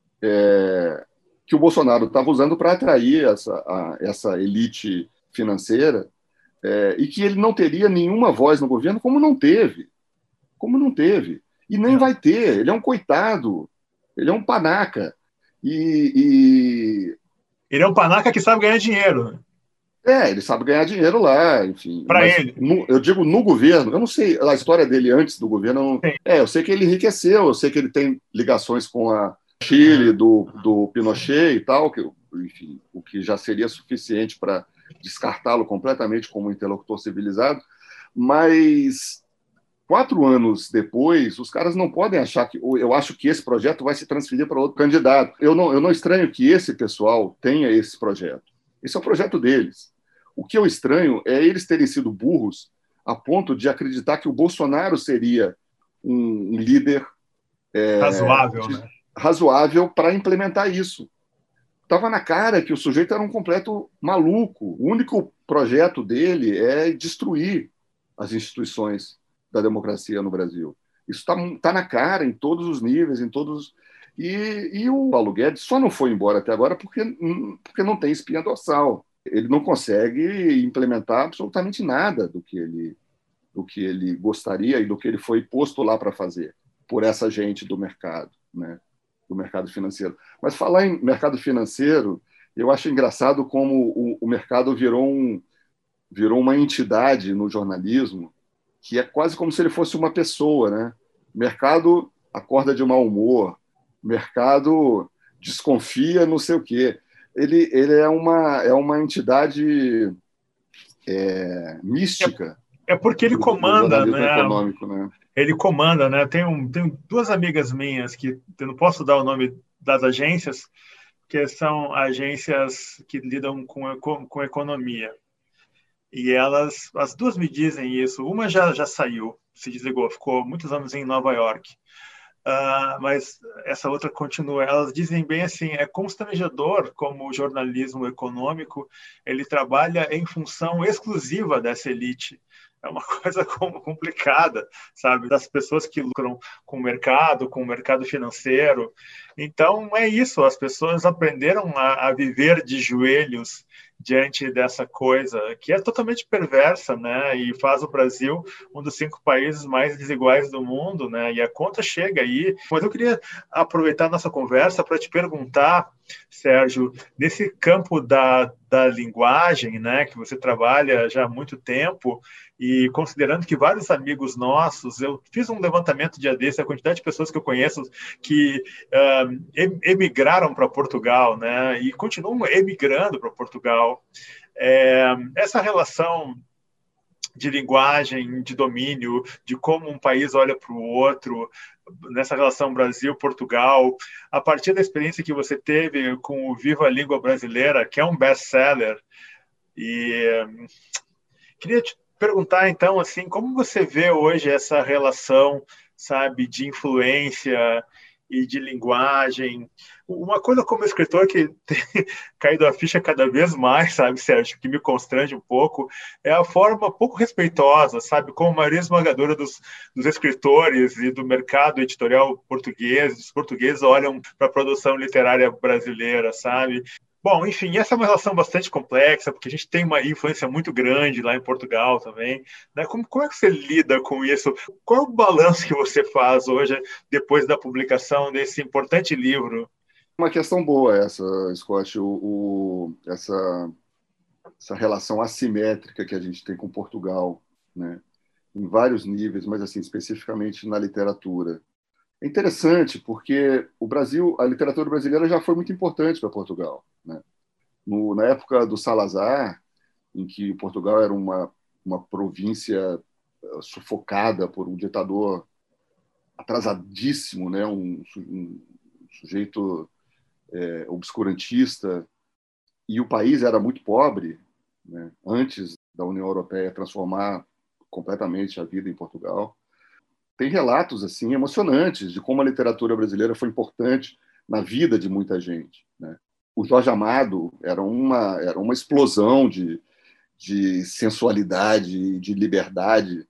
é, que o Bolsonaro estava usando para atrair essa, a, essa elite financeira é, e que ele não teria nenhuma voz no governo, como não teve. Como não teve. E nem vai ter. Ele é um coitado. Ele é um panaca. E, e... Ele é um panaca que sabe ganhar dinheiro. É, ele sabe ganhar dinheiro lá, enfim. Para ele. No, eu digo no governo, eu não sei a história dele antes do governo. Eu não, é, eu sei que ele enriqueceu, eu sei que ele tem ligações com a Chile, do, do Pinochet e tal, que, enfim, o que já seria suficiente para descartá-lo completamente como interlocutor civilizado. Mas quatro anos depois, os caras não podem achar que... Eu acho que esse projeto vai se transferir para outro candidato. Eu não, eu não estranho que esse pessoal tenha esse projeto. Esse é o projeto deles. O que eu estranho é eles terem sido burros a ponto de acreditar que o Bolsonaro seria um líder é, razoável, de, né? razoável para implementar isso. Estava na cara que o sujeito era um completo maluco. O único projeto dele é destruir as instituições da democracia no Brasil. Isso está tá na cara em todos os níveis, em todos... E, e o Paulo Guedes só não foi embora até agora porque, porque não tem espinha dorsal. Ele não consegue implementar absolutamente nada do que ele, do que ele gostaria e do que ele foi posto lá para fazer por essa gente do mercado, né? Do mercado financeiro. Mas falar em mercado financeiro, eu acho engraçado como o, o mercado virou, um, virou uma entidade no jornalismo que é quase como se ele fosse uma pessoa, né? O mercado acorda de mau humor, o mercado desconfia, não sei o quê. Ele, ele é, uma, é uma entidade é, mística É, é porque ele do, do comanda, jornalismo né? econômico, né? Ele comanda, né? Tem, um, tem duas amigas minhas que eu não posso dar o nome das agências, que são agências que lidam com, com, com economia. E elas, as duas me dizem isso. Uma já, já saiu, se desligou, ficou muitos anos em Nova York. Uh, mas essa outra continua. Elas dizem bem assim, é constrangedor como o jornalismo econômico, ele trabalha em função exclusiva dessa elite. É uma coisa complicada, sabe? Das pessoas que lucram com o mercado, com o mercado financeiro. Então, é isso. As pessoas aprenderam a, a viver de joelhos diante dessa coisa, que é totalmente perversa, né? E faz o Brasil um dos cinco países mais desiguais do mundo, né? E a conta chega aí. Mas eu queria aproveitar a nossa conversa para te perguntar, Sérgio, nesse campo da, da linguagem, né? Que você trabalha já há muito tempo, e considerando que vários amigos nossos, eu fiz um levantamento dia desse, a quantidade de pessoas que eu conheço que uh, emigraram para Portugal, né? E continuam emigrando para Portugal. É, essa relação de linguagem, de domínio, de como um país olha para o outro, nessa relação Brasil-Portugal, a partir da experiência que você teve com o Viva a Língua Brasileira, que é um best-seller, e queria te perguntar, então, assim, como você vê hoje essa relação, sabe, de influência e de linguagem? Uma coisa como escritor que tem caído a ficha cada vez mais, sabe, Sérgio, que me constrange um pouco, é a forma pouco respeitosa, sabe, como a maioria esmagadora dos, dos escritores e do mercado editorial português, os portugueses olham para a produção literária brasileira, sabe? Bom, enfim, essa é uma relação bastante complexa, porque a gente tem uma influência muito grande lá em Portugal também, né? Como, como é que você lida com isso? Qual é o balanço que você faz hoje, depois da publicação desse importante livro? Uma questão boa essa, Scott, o, o, essa, essa relação assimétrica que a gente tem com Portugal, né? Em vários níveis, mas assim especificamente na literatura. É interessante porque o Brasil, a literatura brasileira já foi muito importante para Portugal, né? No, na época do Salazar, em que Portugal era uma, uma província sufocada por um ditador atrasadíssimo, né? um, um sujeito é, obscurantista, e o país era muito pobre, né? Antes da União Europeia transformar completamente a vida em Portugal. Tem relatos assim emocionantes de como a literatura brasileira foi importante na vida de muita gente, né? O Jorge Amado era uma, era uma explosão de, de sensualidade, de liberdade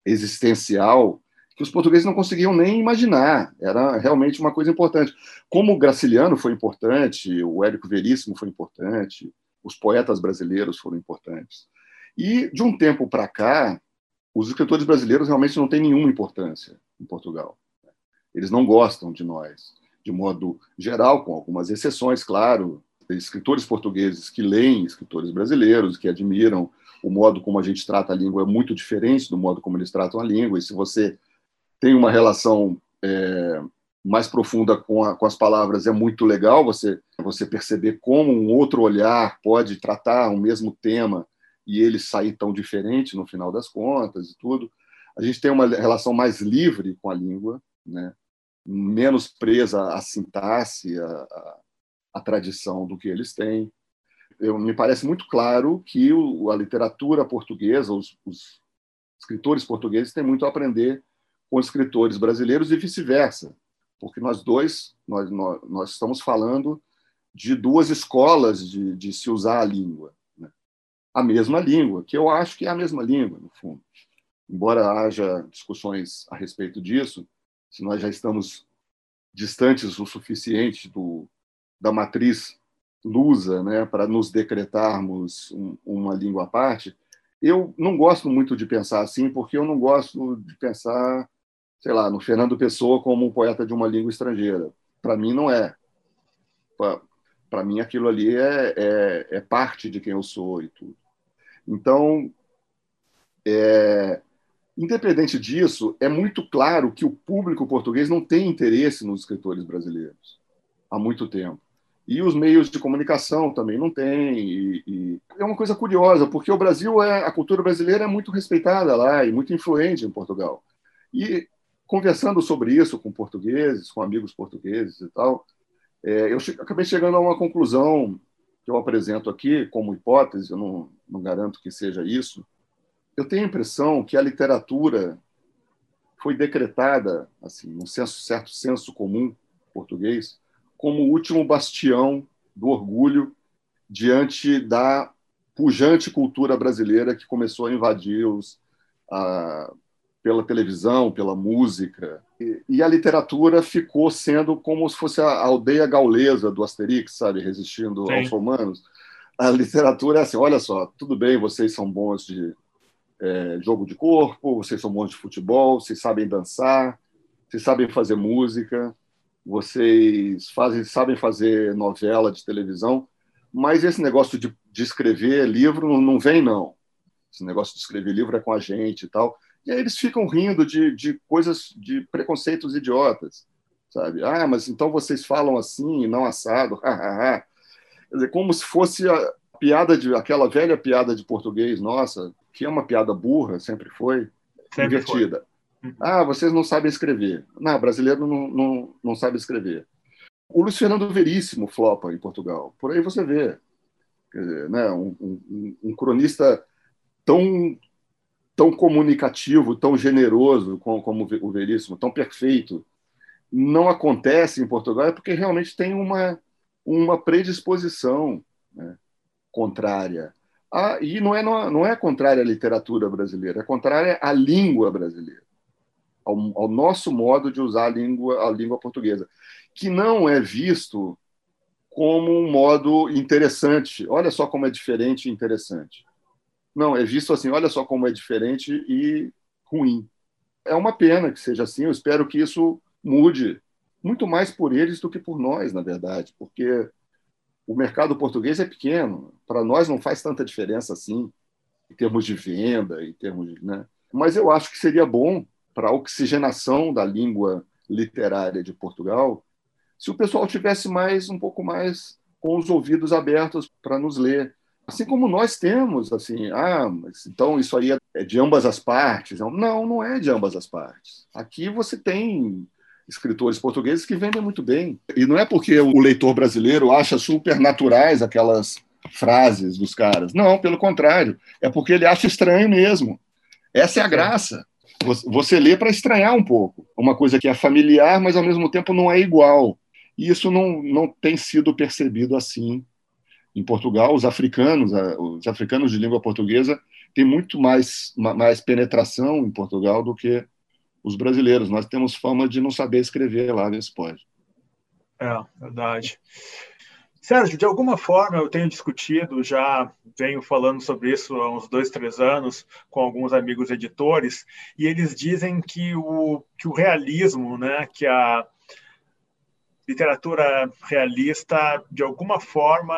existencial que os portugueses não conseguiam nem imaginar. Era realmente uma coisa importante. Como o Graciliano foi importante, o Érico Veríssimo foi importante, os poetas brasileiros foram importantes. E, de um tempo para cá, os escritores brasileiros realmente não têm nenhuma importância em Portugal. Eles não gostam de nós, de modo geral, com algumas exceções, claro. Tem escritores portugueses que leem escritores brasileiros, que admiram o modo como a gente trata a língua, é muito diferente do modo como eles tratam a língua, e se você tem uma relação é, mais profunda com, a, com as palavras, é muito legal você, você perceber como um outro olhar pode tratar o mesmo tema e ele sair tão diferente no final das contas e tudo. A gente tem uma relação mais livre com a língua, né? Menos presa à sintaxe, à, à, à tradição do que eles têm. Eu, me parece muito claro que o, a literatura portuguesa, os, os escritores portugueses têm muito a aprender com escritores brasileiros e vice-versa, porque nós dois, nós, nós, nós estamos falando de duas escolas de, de se usar a língua. Né? A mesma língua, que eu acho que é a mesma língua, no fundo. Embora haja discussões a respeito disso, se nós já estamos distantes o suficiente do, da matriz lusa, né, para nos decretarmos um, uma língua à parte, eu não gosto muito de pensar assim, porque eu não gosto de pensar, sei lá, no Fernando Pessoa como um poeta de uma língua estrangeira. Para mim, não é. Para mim, aquilo ali é, é, é parte de quem eu sou e tudo. Então, é, Independente disso, é muito claro que o público português não tem interesse nos escritores brasileiros há muito tempo. E os meios de comunicação também não têm. E, e é uma coisa curiosa, porque o Brasil é, a cultura brasileira é muito respeitada lá e muito influente em Portugal. E conversando sobre isso com portugueses, com amigos portugueses e tal, é, eu che acabei chegando a uma conclusão que eu apresento aqui como hipótese, eu não, não garanto que seja isso. Eu tenho a impressão que a literatura foi decretada, assim, num senso, certo senso comum português, como o último bastião do orgulho diante da pujante cultura brasileira que começou a invadir-os a, pela televisão, pela música. E, e a literatura ficou sendo como se fosse a aldeia gaulesa do Asterix, sabe, resistindo Sim. aos romanos. A literatura é assim, olha só, tudo bem, vocês são bons de é, jogo de corpo, vocês são bons de futebol, vocês sabem dançar, vocês sabem fazer música, vocês fazem, sabem fazer novela de televisão, mas esse negócio de, de escrever livro não, não vem, não. Esse negócio de escrever livro é com a gente e tal. E aí eles ficam rindo de, de coisas, de preconceitos idiotas, sabe? Ah, mas então vocês falam assim e não assado. Quer dizer, como se fosse a piada de, aquela velha piada de português, nossa, que é uma piada burra, sempre foi, sempre invertida. Foi. Ah, vocês não sabem escrever. Não, brasileiro não, não, não sabe escrever. O Luiz Fernando Veríssimo flopa em Portugal. Por aí você vê. Quer dizer, né, um, um, um cronista tão, tão comunicativo, tão generoso como, como o Veríssimo, tão perfeito, não acontece em Portugal é porque realmente tem uma, uma predisposição, né, contrária. Ah, e não é, não é contrária à literatura brasileira, é contrária à língua brasileira. Ao, ao nosso modo de usar a língua, a língua portuguesa, que não é visto como um modo interessante. Olha só como é diferente e interessante. Não, é visto assim, olha só como é diferente e ruim. É uma pena que seja assim, eu espero que isso mude, muito mais por eles do que por nós, na verdade, porque o mercado português é pequeno, para nós não faz tanta diferença assim, em termos de venda, em termos de, né? Mas eu acho que seria bom para a oxigenação da língua literária de Portugal, se o pessoal tivesse mais um pouco mais com os ouvidos abertos para nos ler, assim como nós temos, assim, ah, mas então isso aí é de ambas as partes? Não, não é de ambas as partes. Aqui você tem escritores portugueses que vendem muito bem, e não é porque o leitor brasileiro acha super naturais aquelas frases dos caras, não, pelo contrário, é porque ele acha estranho mesmo. Essa é a graça. Você lê para estranhar um pouco. Uma coisa que é familiar, mas ao mesmo tempo não é igual. E isso não, não tem sido percebido assim em Portugal. Os africanos, os africanos de língua portuguesa têm muito mais, mais penetração em Portugal do que os brasileiros. Nós temos fama de não saber escrever lá nesse pode. É, verdade. Sérgio, de alguma forma eu tenho discutido, já venho falando sobre isso há uns dois, três anos com alguns amigos editores, e eles dizem que o, que o realismo, né, que a literatura realista, de alguma forma,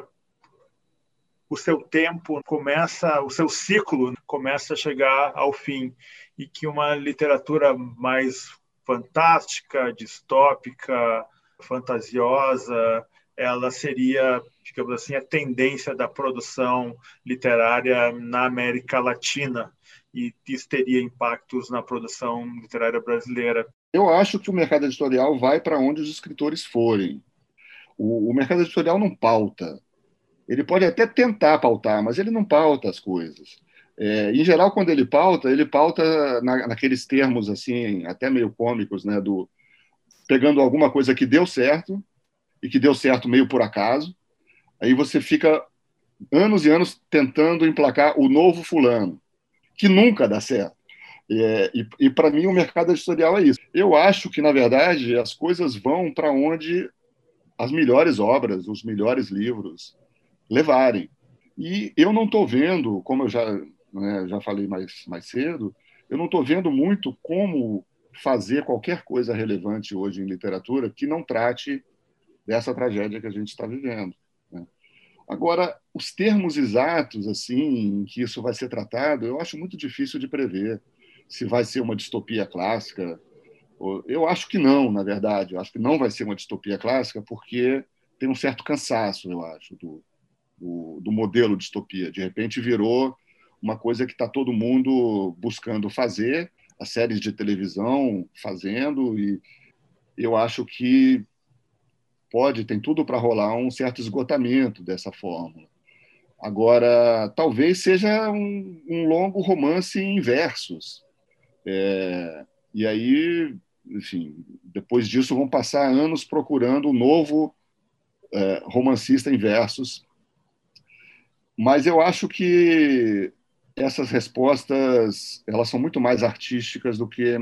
o seu tempo começa, o seu ciclo começa a chegar ao fim, e que uma literatura mais fantástica, distópica, fantasiosa, ela seria, digamos assim, a tendência da produção literária na América Latina, e isso teria impactos na produção literária brasileira. Eu acho que o mercado editorial vai para onde os escritores forem. O, o mercado editorial não pauta. Ele pode até tentar pautar, mas ele não pauta as coisas. É, em geral, quando ele pauta, ele pauta na, naqueles termos assim, até meio cômicos, né, do, pegando alguma coisa que deu certo, e que deu certo meio por acaso, aí você fica anos e anos tentando emplacar o novo fulano, que nunca dá certo. É, e e para mim, o mercado editorial é isso. Eu acho que, na verdade, as coisas vão para onde as melhores obras, os melhores livros levarem. E eu não estou vendo, como eu já, né, já falei mais, mais cedo, eu não estou vendo muito como fazer qualquer coisa relevante hoje em literatura que não trate dessa tragédia que a gente está vivendo, né? Agora, os termos exatos assim em que isso vai ser tratado, eu acho muito difícil de prever. se vai ser uma distopia clássica. Eu acho que não, na verdade. Eu acho que não vai ser uma distopia clássica porque tem um certo cansaço, eu acho, do, do, do modelo distopia. De repente virou uma coisa que está todo mundo buscando fazer, as séries de televisão fazendo, e eu acho que pode, tem tudo para rolar um certo esgotamento dessa fórmula. Agora, talvez seja um, um longo romance em versos. É, e aí, enfim, depois disso vão passar anos procurando um novo é, romancista em versos. Mas eu acho que essas respostas elas são muito mais artísticas do que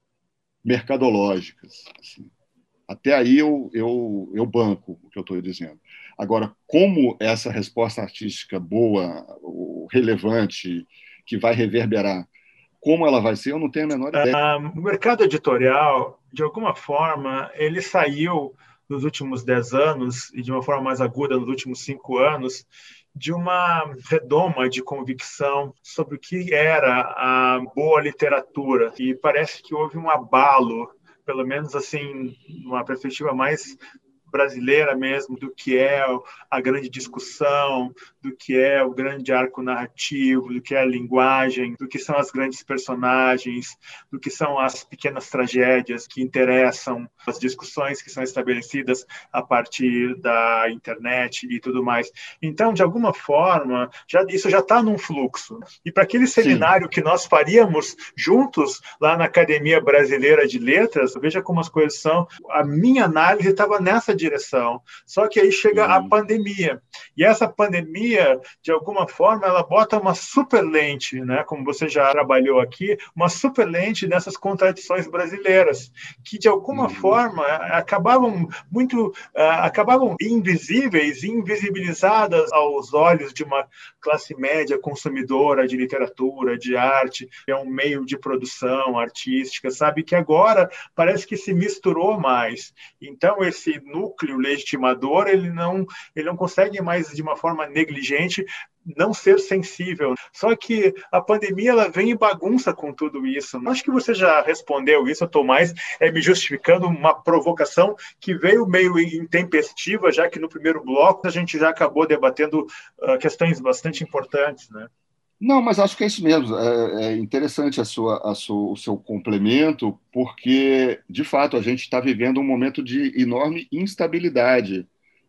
mercadológicas. Assim. Até aí eu, eu, eu banco o que eu estou dizendo. Agora, como essa resposta artística boa, relevante, que vai reverberar, como ela vai ser, eu não tenho a menor ideia. Ah, o mercado editorial, de alguma forma, ele saiu nos últimos dez anos, e de uma forma mais aguda nos últimos cinco anos, de uma redoma de convicção sobre o que era a boa literatura. E parece que houve um abalo, pelo menos assim, numa perspectiva mais brasileira mesmo, do que é a grande discussão, do que é o grande arco narrativo, do que é a linguagem, do que são as grandes personagens, do que são as pequenas tragédias que interessam, as discussões que são estabelecidas a partir da internet e tudo mais. Então, de alguma forma, já, isso já está num fluxo. E para aquele seminário Sim. que nós faríamos juntos lá na Academia Brasileira de Letras, veja como as coisas são, a minha análise estava nessa direção. Só que aí chega uhum. a pandemia. E essa pandemia, de alguma forma, ela bota uma super lente, né? Como você já trabalhou aqui, uma super lente nessas contradições brasileiras, que de alguma uhum. forma acabavam muito, uh, acabavam invisíveis, invisibilizadas aos olhos de uma classe média consumidora de literatura, de arte, é um meio de produção artística, sabe? Que agora parece que se misturou mais. Então, esse núcleo legitimador, ele não, ele não consegue mais, de uma forma negligente, não ser sensível. Só que a pandemia ela vem e bagunça com tudo isso. Acho que você já respondeu isso, eu estou mais é, me justificando uma provocação que veio meio intempestiva, já que no primeiro bloco a gente já acabou debatendo uh, questões bastante importantes, né? Não, mas acho que é isso mesmo. É, é interessante a sua, a sua, o seu complemento, porque, de fato, a gente está vivendo um momento de enorme instabilidade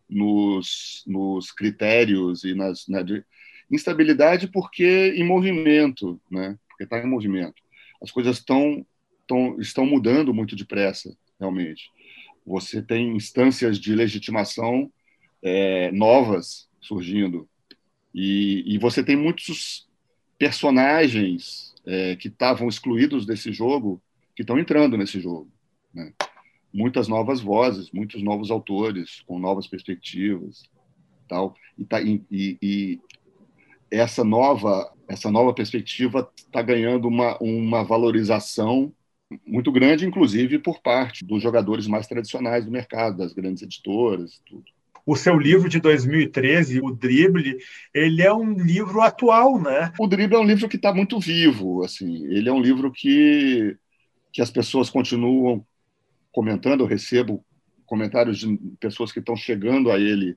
nos, nos critérios e nas... Né, de, instabilidade porque em movimento, né? Porque está em movimento. As coisas estão, estão, estão mudando muito depressa, realmente. Você tem instâncias de legitimação é, novas surgindo e, e você tem muitos personagens é, que estavam excluídos desse jogo, que estão entrando nesse jogo. Né? Muitas novas vozes, muitos novos autores, com novas perspectivas. Tal. E, tá, e, e essa, nova, essa nova perspectiva está ganhando uma, uma valorização muito grande, inclusive por parte dos jogadores mais tradicionais do mercado, das grandes editoras, tudo. O seu livro de dois mil e treze, O Drible, ele é um livro atual, né? O Drible é um livro que está muito vivo. Assim. Ele é um livro que, que as pessoas continuam comentando. Eu recebo comentários de pessoas que estão chegando a ele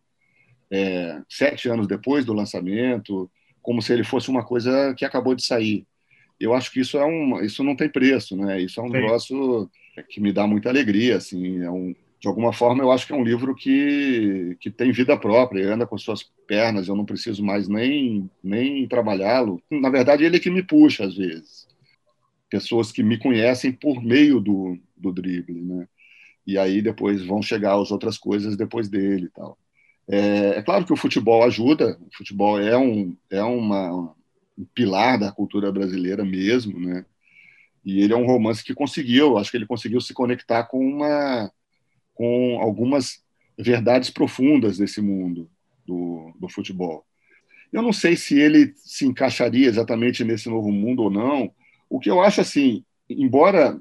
é, sete anos depois do lançamento, como se ele fosse uma coisa que acabou de sair. Eu acho que isso, é um, isso não tem preço, né? Isso é um Sim. troço que me dá muita alegria. Assim. É um, de alguma forma, eu acho que é um livro que, que tem vida própria, ele anda com suas pernas, eu não preciso mais nem, nem trabalhá-lo. Na verdade, ele é que me puxa, às vezes. Pessoas que me conhecem por meio do, do Drible, né? E aí depois vão chegar as outras coisas depois dele e tal. É, é claro que o futebol ajuda, o futebol é um, é uma, um pilar da cultura brasileira mesmo, né? E ele é um romance que conseguiu, acho que ele conseguiu se conectar com uma... com algumas verdades profundas desse mundo do, do futebol. Eu não sei se ele se encaixaria exatamente nesse novo mundo ou não. O que eu acho, assim, embora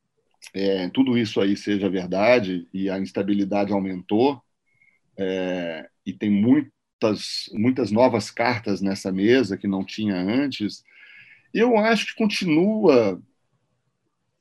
é, tudo isso aí seja verdade e a instabilidade aumentou é, e tem muitas, muitas novas cartas nessa mesa que não tinha antes, eu acho que continua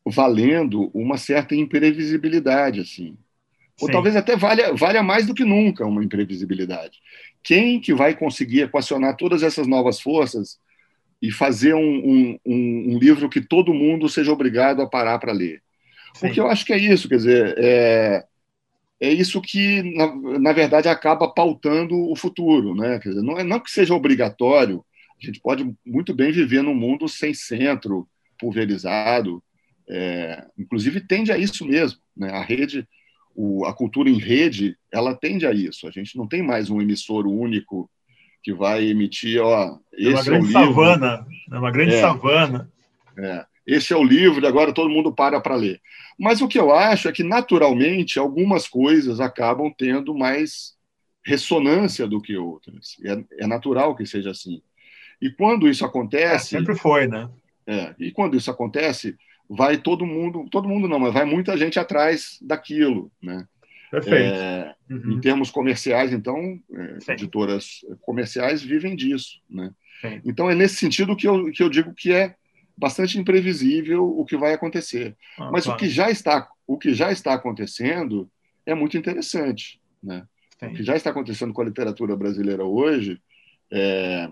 valendo uma certa imprevisibilidade, assim. Ou Sim. talvez até valha, valha mais do que nunca uma imprevisibilidade. Quem que vai conseguir equacionar todas essas novas forças e fazer um, um, um, um livro que todo mundo seja obrigado a parar para ler? Porque Sim. eu acho que é isso, quer dizer, é, é isso que, na, na verdade, acaba pautando o futuro, né? Quer dizer, não é não que seja obrigatório, a gente pode muito bem viver num mundo sem centro, pulverizado, é, inclusive tende a isso mesmo, né? A rede, o, a cultura em rede, ela tende a isso. A gente não tem mais um emissor único que vai emitir, ó, É uma esse é o grande livro, savana, é uma grande é, savana. é, esse é o livro, e agora todo mundo para para ler. Mas o que eu acho é que, naturalmente, algumas coisas acabam tendo mais ressonância do que outras. É, é natural que seja assim. E quando isso É, acontece, sempre foi, né? é, e quando isso acontece, vai todo mundo, todo mundo não, mas vai muita gente atrás daquilo, né? Perfeito. É, em Uhum. termos comerciais, então, é, Sim, editoras comerciais vivem disso, né? sim. Então, é nesse sentido que eu, que eu digo que é bastante imprevisível o que vai acontecer. Ah, Mas o que claro. já está, o que já está acontecendo é muito interessante, né? O que Sim. já está acontecendo com a literatura brasileira hoje é,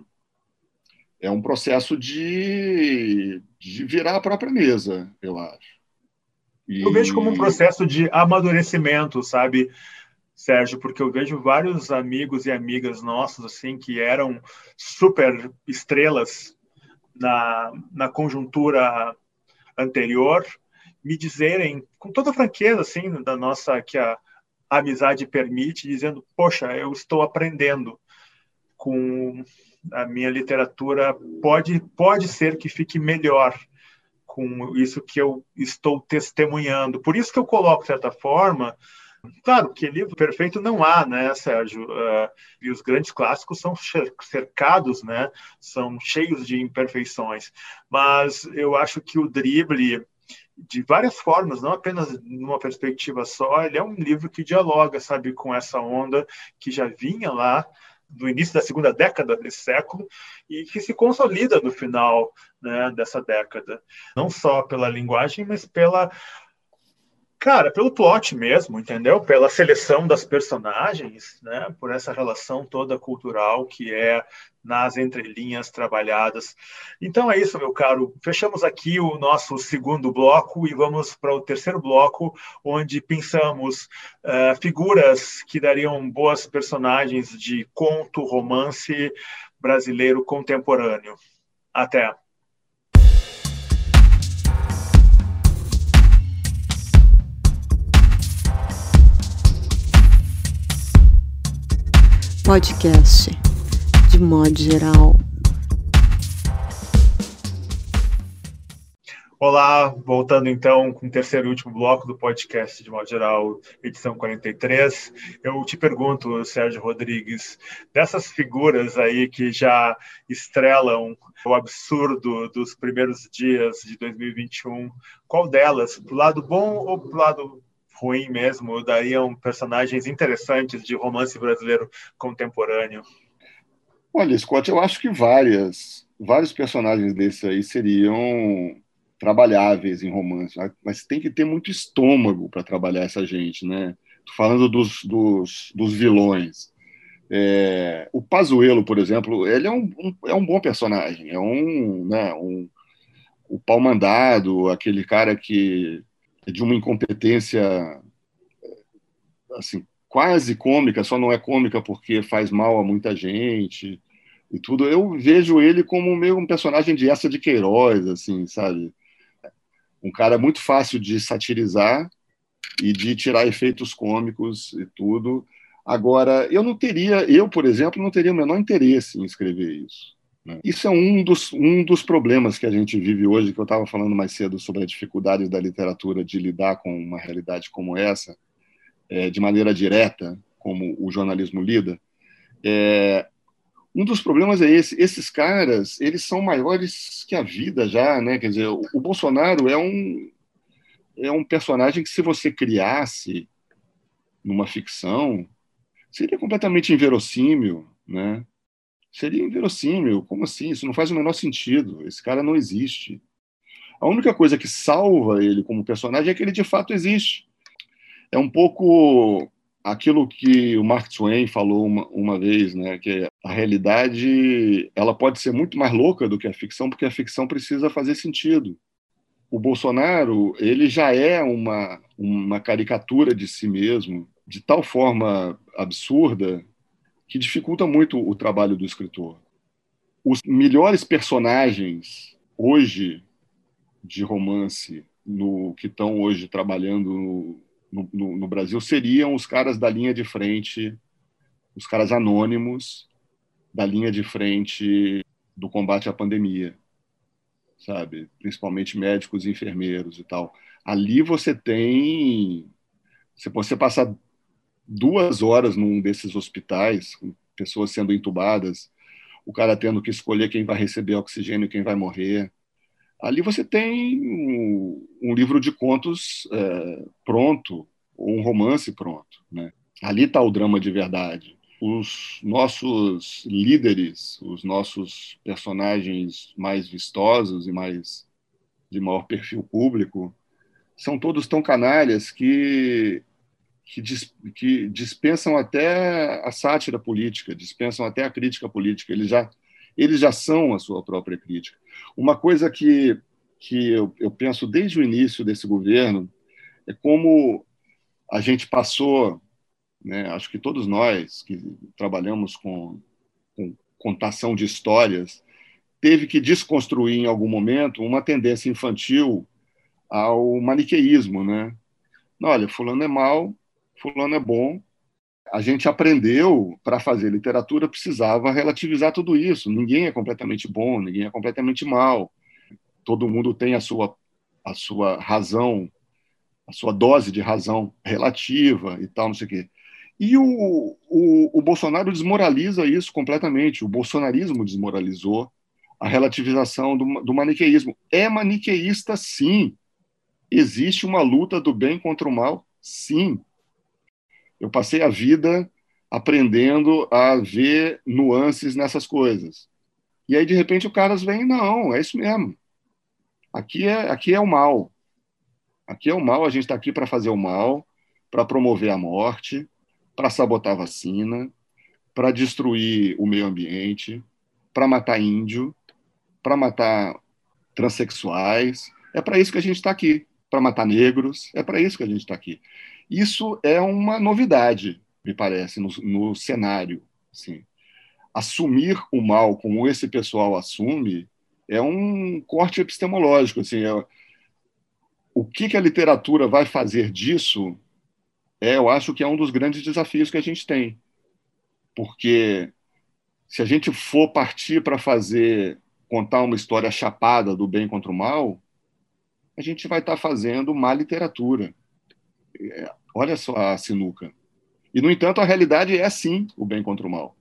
é um processo de, de virar a própria mesa, eu acho. Eu vejo como um E processo de amadurecimento, sabe, Sérgio? Porque eu vejo vários amigos e amigas nossos, assim, que eram super estrelas na, na conjuntura anterior, me dizerem, com toda franqueza, assim, da nossa, que a, a amizade permite, dizendo, poxa, eu estou aprendendo com a minha literatura, pode, pode ser que fique melhor com isso que eu estou testemunhando. Por isso que eu coloco, de certa forma, claro que livro perfeito não há, né, Sérgio? Uh, e os grandes clássicos são cercados, né? São cheios de imperfeições. Mas eu acho que o Drible, de várias formas, não apenas numa perspectiva só, ele é um livro que dialoga, sabe, com essa onda que já vinha lá do início da segunda década desse século e que se consolida no final, né, dessa década. Não só pela linguagem, mas pela Cara, pelo plot mesmo, entendeu? Pela seleção das personagens, né? Por essa relação toda cultural que é nas entrelinhas trabalhadas. Então é isso, meu caro. Fechamos aqui o nosso segundo bloco e vamos para o terceiro bloco, onde pensamos uh, figuras que dariam boas personagens de conto, romance brasileiro contemporâneo. Até. Podcast, de modo geral. Olá, voltando então com o terceiro e último bloco do podcast, de modo geral, edição quarenta e três. Eu te pergunto, Sérgio Rodrigues, dessas figuras aí que já estrelam o absurdo dos primeiros dias de dois mil e vinte e um, qual delas, pro lado bom ou pro lado ruim mesmo, dariam personagens interessantes de romance brasileiro contemporâneo? olha, Scott, eu acho que várias, vários personagens desses aí seriam trabalháveis em romance, mas tem que ter muito estômago para trabalhar essa gente, né? Tô falando dos, dos, dos vilões. É, o Pazuello, por exemplo, ele é um, um, é um bom personagem, é um, né, um, o pau mandado, aquele cara que é de uma incompetência assim, quase cômica, só não é cômica porque faz mal a muita gente e tudo. Eu vejo ele como meio um personagem de Essa de Queiroz, assim, sabe? Um cara muito fácil de satirizar e de tirar efeitos cômicos e tudo. Agora, eu não teria, eu, por exemplo, não teria o menor interesse em escrever isso. Né? Isso é um dos, um dos problemas que a gente vive hoje, que eu estava falando mais cedo sobre a dificuldade da literatura de lidar com uma realidade como essa, é, de maneira direta, como o jornalismo lida. É, um dos problemas é esse. Esses caras, eles são maiores que a vida já, né? Quer dizer, o, o Bolsonaro é um, é um personagem que, se você criasse numa ficção, seria completamente inverossímil, né? Seria inverossímil. Como assim? Isso não faz o menor sentido. Esse cara não existe. A única coisa que salva ele como personagem é que ele de fato existe. É um pouco aquilo que o Mark Twain falou uma, uma vez, né? Que a realidade ela pode ser muito mais louca do que a ficção, porque a ficção precisa fazer sentido. O Bolsonaro ele já é uma, uma caricatura de si mesmo, de tal forma absurda, que dificulta muito o trabalho do escritor. Os melhores personagens hoje de romance no, que estão hoje trabalhando no, no, no Brasil seriam os caras da linha de frente, os caras anônimos da linha de frente do combate à pandemia, sabe? Principalmente médicos e enfermeiros e tal. Ali você tem... Se você passar duas horas num desses hospitais, com pessoas sendo entubadas, o cara tendo que escolher quem vai receber oxigênio e quem vai morrer. Ali você tem um, um livro de contos é, pronto, ou um romance pronto, né? Ali está o drama de verdade. Os nossos líderes, os nossos personagens mais vistosos e mais de maior perfil público, são todos tão canalhas que, que, dis, que dispensam até a sátira política, dispensam até a crítica política. Eles já, eles já são a sua própria crítica. Uma coisa que, que eu, eu penso desde o início desse governo é como a gente passou, né, acho que todos nós que trabalhamos com, com contação de histórias, teve que desconstruir em algum momento uma tendência infantil ao maniqueísmo, né? Olha, fulano é mal, fulano é bom. A gente aprendeu, para fazer literatura, precisava relativizar tudo isso. Ninguém é completamente bom, ninguém é completamente mal. Todo mundo tem a sua, a sua razão, a sua dose de razão relativa e tal, não sei o quê. E o, o, o Bolsonaro desmoraliza isso completamente. O bolsonarismo desmoralizou a relativização do, do maniqueísmo. É maniqueísta, sim. Existe uma luta do bem contra o mal, sim. Eu passei a vida aprendendo a ver nuances nessas coisas. E aí, de repente, o caras vem, não, é isso mesmo. Aqui é, aqui é o mal. Aqui é o mal, a gente está aqui para fazer o mal, para promover a morte, para sabotar a vacina, para destruir o meio ambiente, para matar índio, para matar transexuais. É para isso que a gente está aqui. Para matar negros, é para isso que a gente está aqui. Isso é uma novidade, me parece, no, no cenário. Assim. Assumir o mal como esse pessoal assume é um corte epistemológico. Assim, é, o que, que a literatura vai fazer disso, é, eu acho que é um dos grandes desafios que a gente tem. Porque se a gente for partir para fazer, contar uma história chapada do bem contra o mal, a gente vai estar fazendo má literatura. Olha só a sinuca. E, no entanto, a realidade é, sim, o bem contra o mal.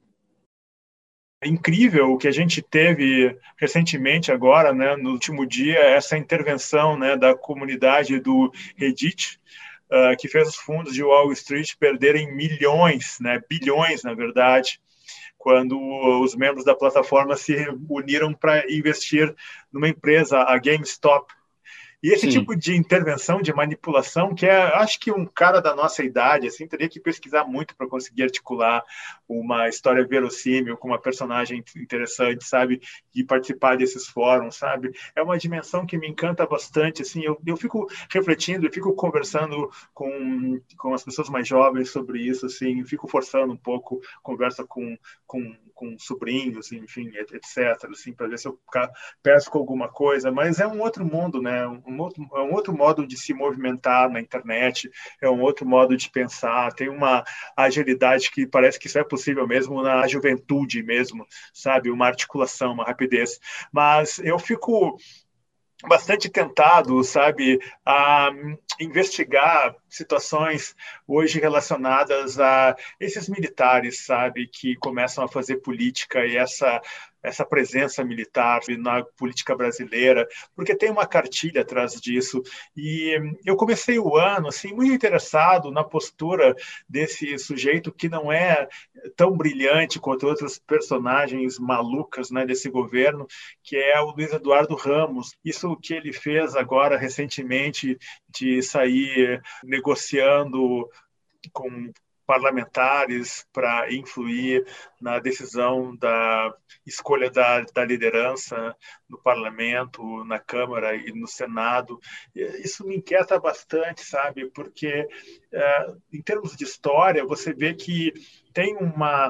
É incrível o que a gente teve recentemente agora, né, no último dia, essa intervenção, né, da comunidade do Reddit, uh, que fez os fundos de Wall Street perderem milhões, né, bilhões, na verdade, quando os membros da plataforma se uniram para investir numa empresa, a GameStop. E esse Sim. tipo de intervenção, de manipulação, que é, acho que um cara da nossa idade assim, teria que pesquisar muito para conseguir articular uma história verossímil com uma personagem interessante, sabe? E participar desses fóruns, sabe? É uma dimensão que me encanta bastante. Assim, eu, eu fico refletindo, eu fico conversando com, com as pessoas mais jovens sobre isso, assim, eu fico forçando um pouco, conversa com, com, com sobrinhos, enfim, etcétera, assim, para ver se eu pesco alguma coisa. Mas é um outro mundo, né? Um outro, é um outro modo de se movimentar na internet, é um outro modo de pensar, tem uma agilidade que parece que isso é possível mesmo na juventude mesmo, sabe? Uma articulação, uma rapidez. Mas eu fico bastante tentado, sabe, a investigar situações hoje relacionadas a esses militares, sabe, que começam a fazer política e essa essa presença militar na política brasileira, porque tem uma cartilha atrás disso. E eu comecei o ano assim, muito interessado na postura desse sujeito que não é tão brilhante quanto outros personagens malucas, né, desse governo, que é o Luiz Eduardo Ramos. Isso que ele fez agora, recentemente, de sair negociando com parlamentares para influir na decisão da escolha da, da liderança no parlamento, na Câmara e no Senado. Isso me inquieta bastante, sabe? Porque, é, em termos de história, você vê que tem uma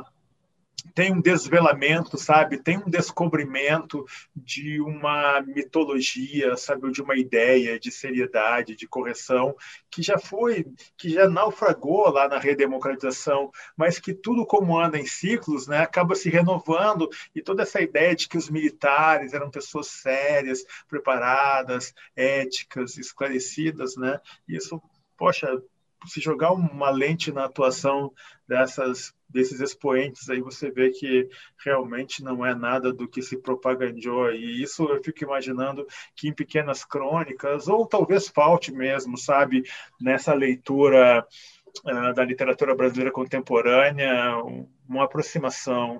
tem um desvelamento, sabe? Tem um descobrimento de uma mitologia, sabe? De uma ideia de seriedade, de correção, que já foi, que já naufragou lá na redemocratização, mas que tudo como anda em ciclos, né? Acaba se renovando, e toda essa ideia de que os militares eram pessoas sérias, preparadas, éticas, esclarecidas, né? Isso, poxa, se jogar uma lente na atuação dessas, desses expoentes, aí você vê que realmente não é nada do que se propagandou. E isso eu fico imaginando que em pequenas crônicas, ou talvez falte mesmo, sabe, nessa leitura uh, da literatura brasileira contemporânea, uma aproximação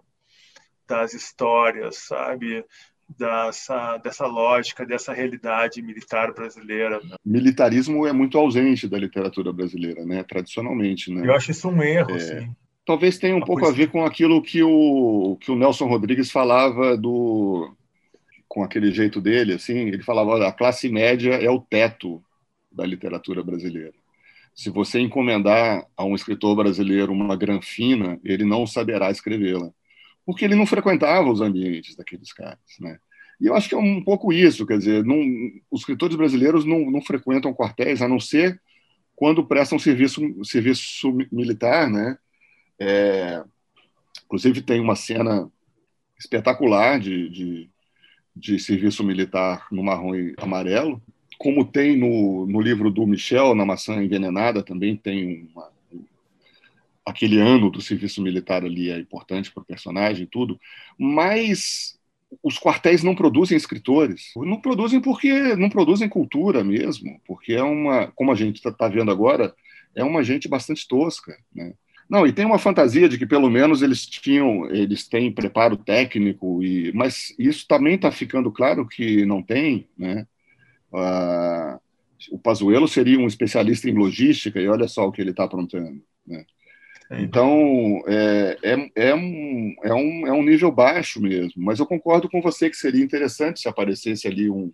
das histórias, sabe, Dessa, dessa lógica, dessa realidade militar brasileira. Militarismo é muito ausente da literatura brasileira, né? Tradicionalmente. Né? Eu acho isso um erro. É, assim. Talvez tenha um a pouco polícia... a ver com aquilo que o, que o Nelson Rodrigues falava do, com aquele jeito dele. Assim, ele falava, olha, a classe média é o teto da literatura brasileira. Se você encomendar a um escritor brasileiro uma granfina, ele não saberá escrevê-la, porque ele não frequentava os ambientes daqueles caras, né? E eu acho que é um pouco isso, quer dizer, não, os escritores brasileiros não, não frequentam quartéis, a não ser quando prestam serviço, serviço militar, né? É, inclusive tem uma cena espetacular de, de, de serviço militar no Marrom e Amarelo, como tem no, no livro do Michel, Na Maçã Envenenada, também tem uma... aquele ano do serviço militar ali é importante para o personagem e tudo, mas os quartéis não produzem escritores. Não produzem porque não produzem cultura mesmo, porque é uma, como a gente está vendo agora, é uma gente bastante tosca, né? Não, e tem uma fantasia de que pelo menos eles tinham, eles têm preparo técnico, e, mas isso também está ficando claro que não tem, né? Ah, o Pazuello seria um especialista em logística e olha só o que ele está aprontando, né? Então, é, é, é, um, é, um, é um nível baixo mesmo, mas eu concordo com você que seria interessante se aparecesse ali um,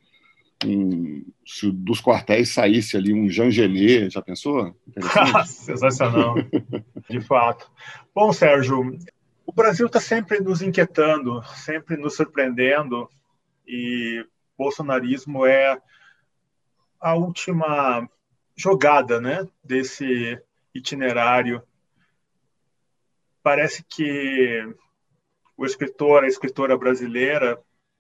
um se dos quartéis saísse ali um Jean Genet, já pensou? Sensacional, de fato. Bom, Sérgio, o Brasil está sempre nos inquietando, sempre nos surpreendendo, e o bolsonarismo é a última jogada, né, desse itinerário. Parece que o escritor, a escritora brasileira,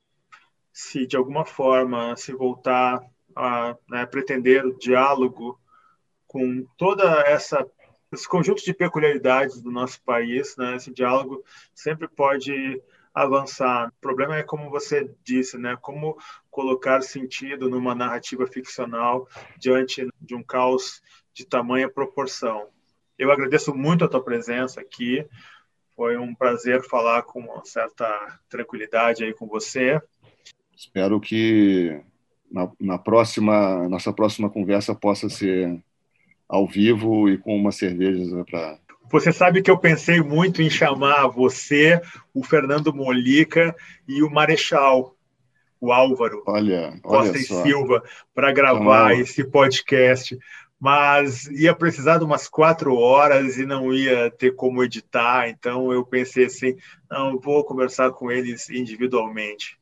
se de alguma forma se voltar a, né, pretender o diálogo com toda essa esse conjunto de peculiaridades do nosso país, né, esse diálogo sempre pode avançar. O problema é, como você disse, né, como colocar sentido numa narrativa ficcional diante de um caos de tamanha proporção. Eu agradeço muito a tua presença aqui. Foi um prazer falar com uma certa tranquilidade aí com você. Espero que na, na próxima, nossa próxima conversa possa ser ao vivo e com uma cerveja para... Você sabe que eu pensei muito em chamar você, o Fernando Molica e o Marechal, o Álvaro olha, Costa olha e só. Silva, para gravar então, esse podcast. Mas ia precisar de umas quatro horas e não ia ter como editar, então eu pensei assim, não, vou conversar com eles individualmente.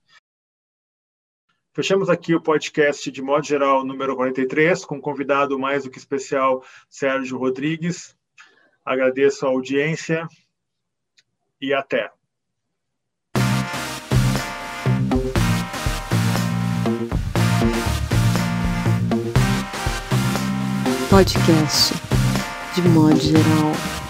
Fechamos aqui o podcast de modo geral número quarenta e três, com um convidado mais do que especial, Sérgio Rodrigues. Agradeço a audiência e até. Podcast de modo geral.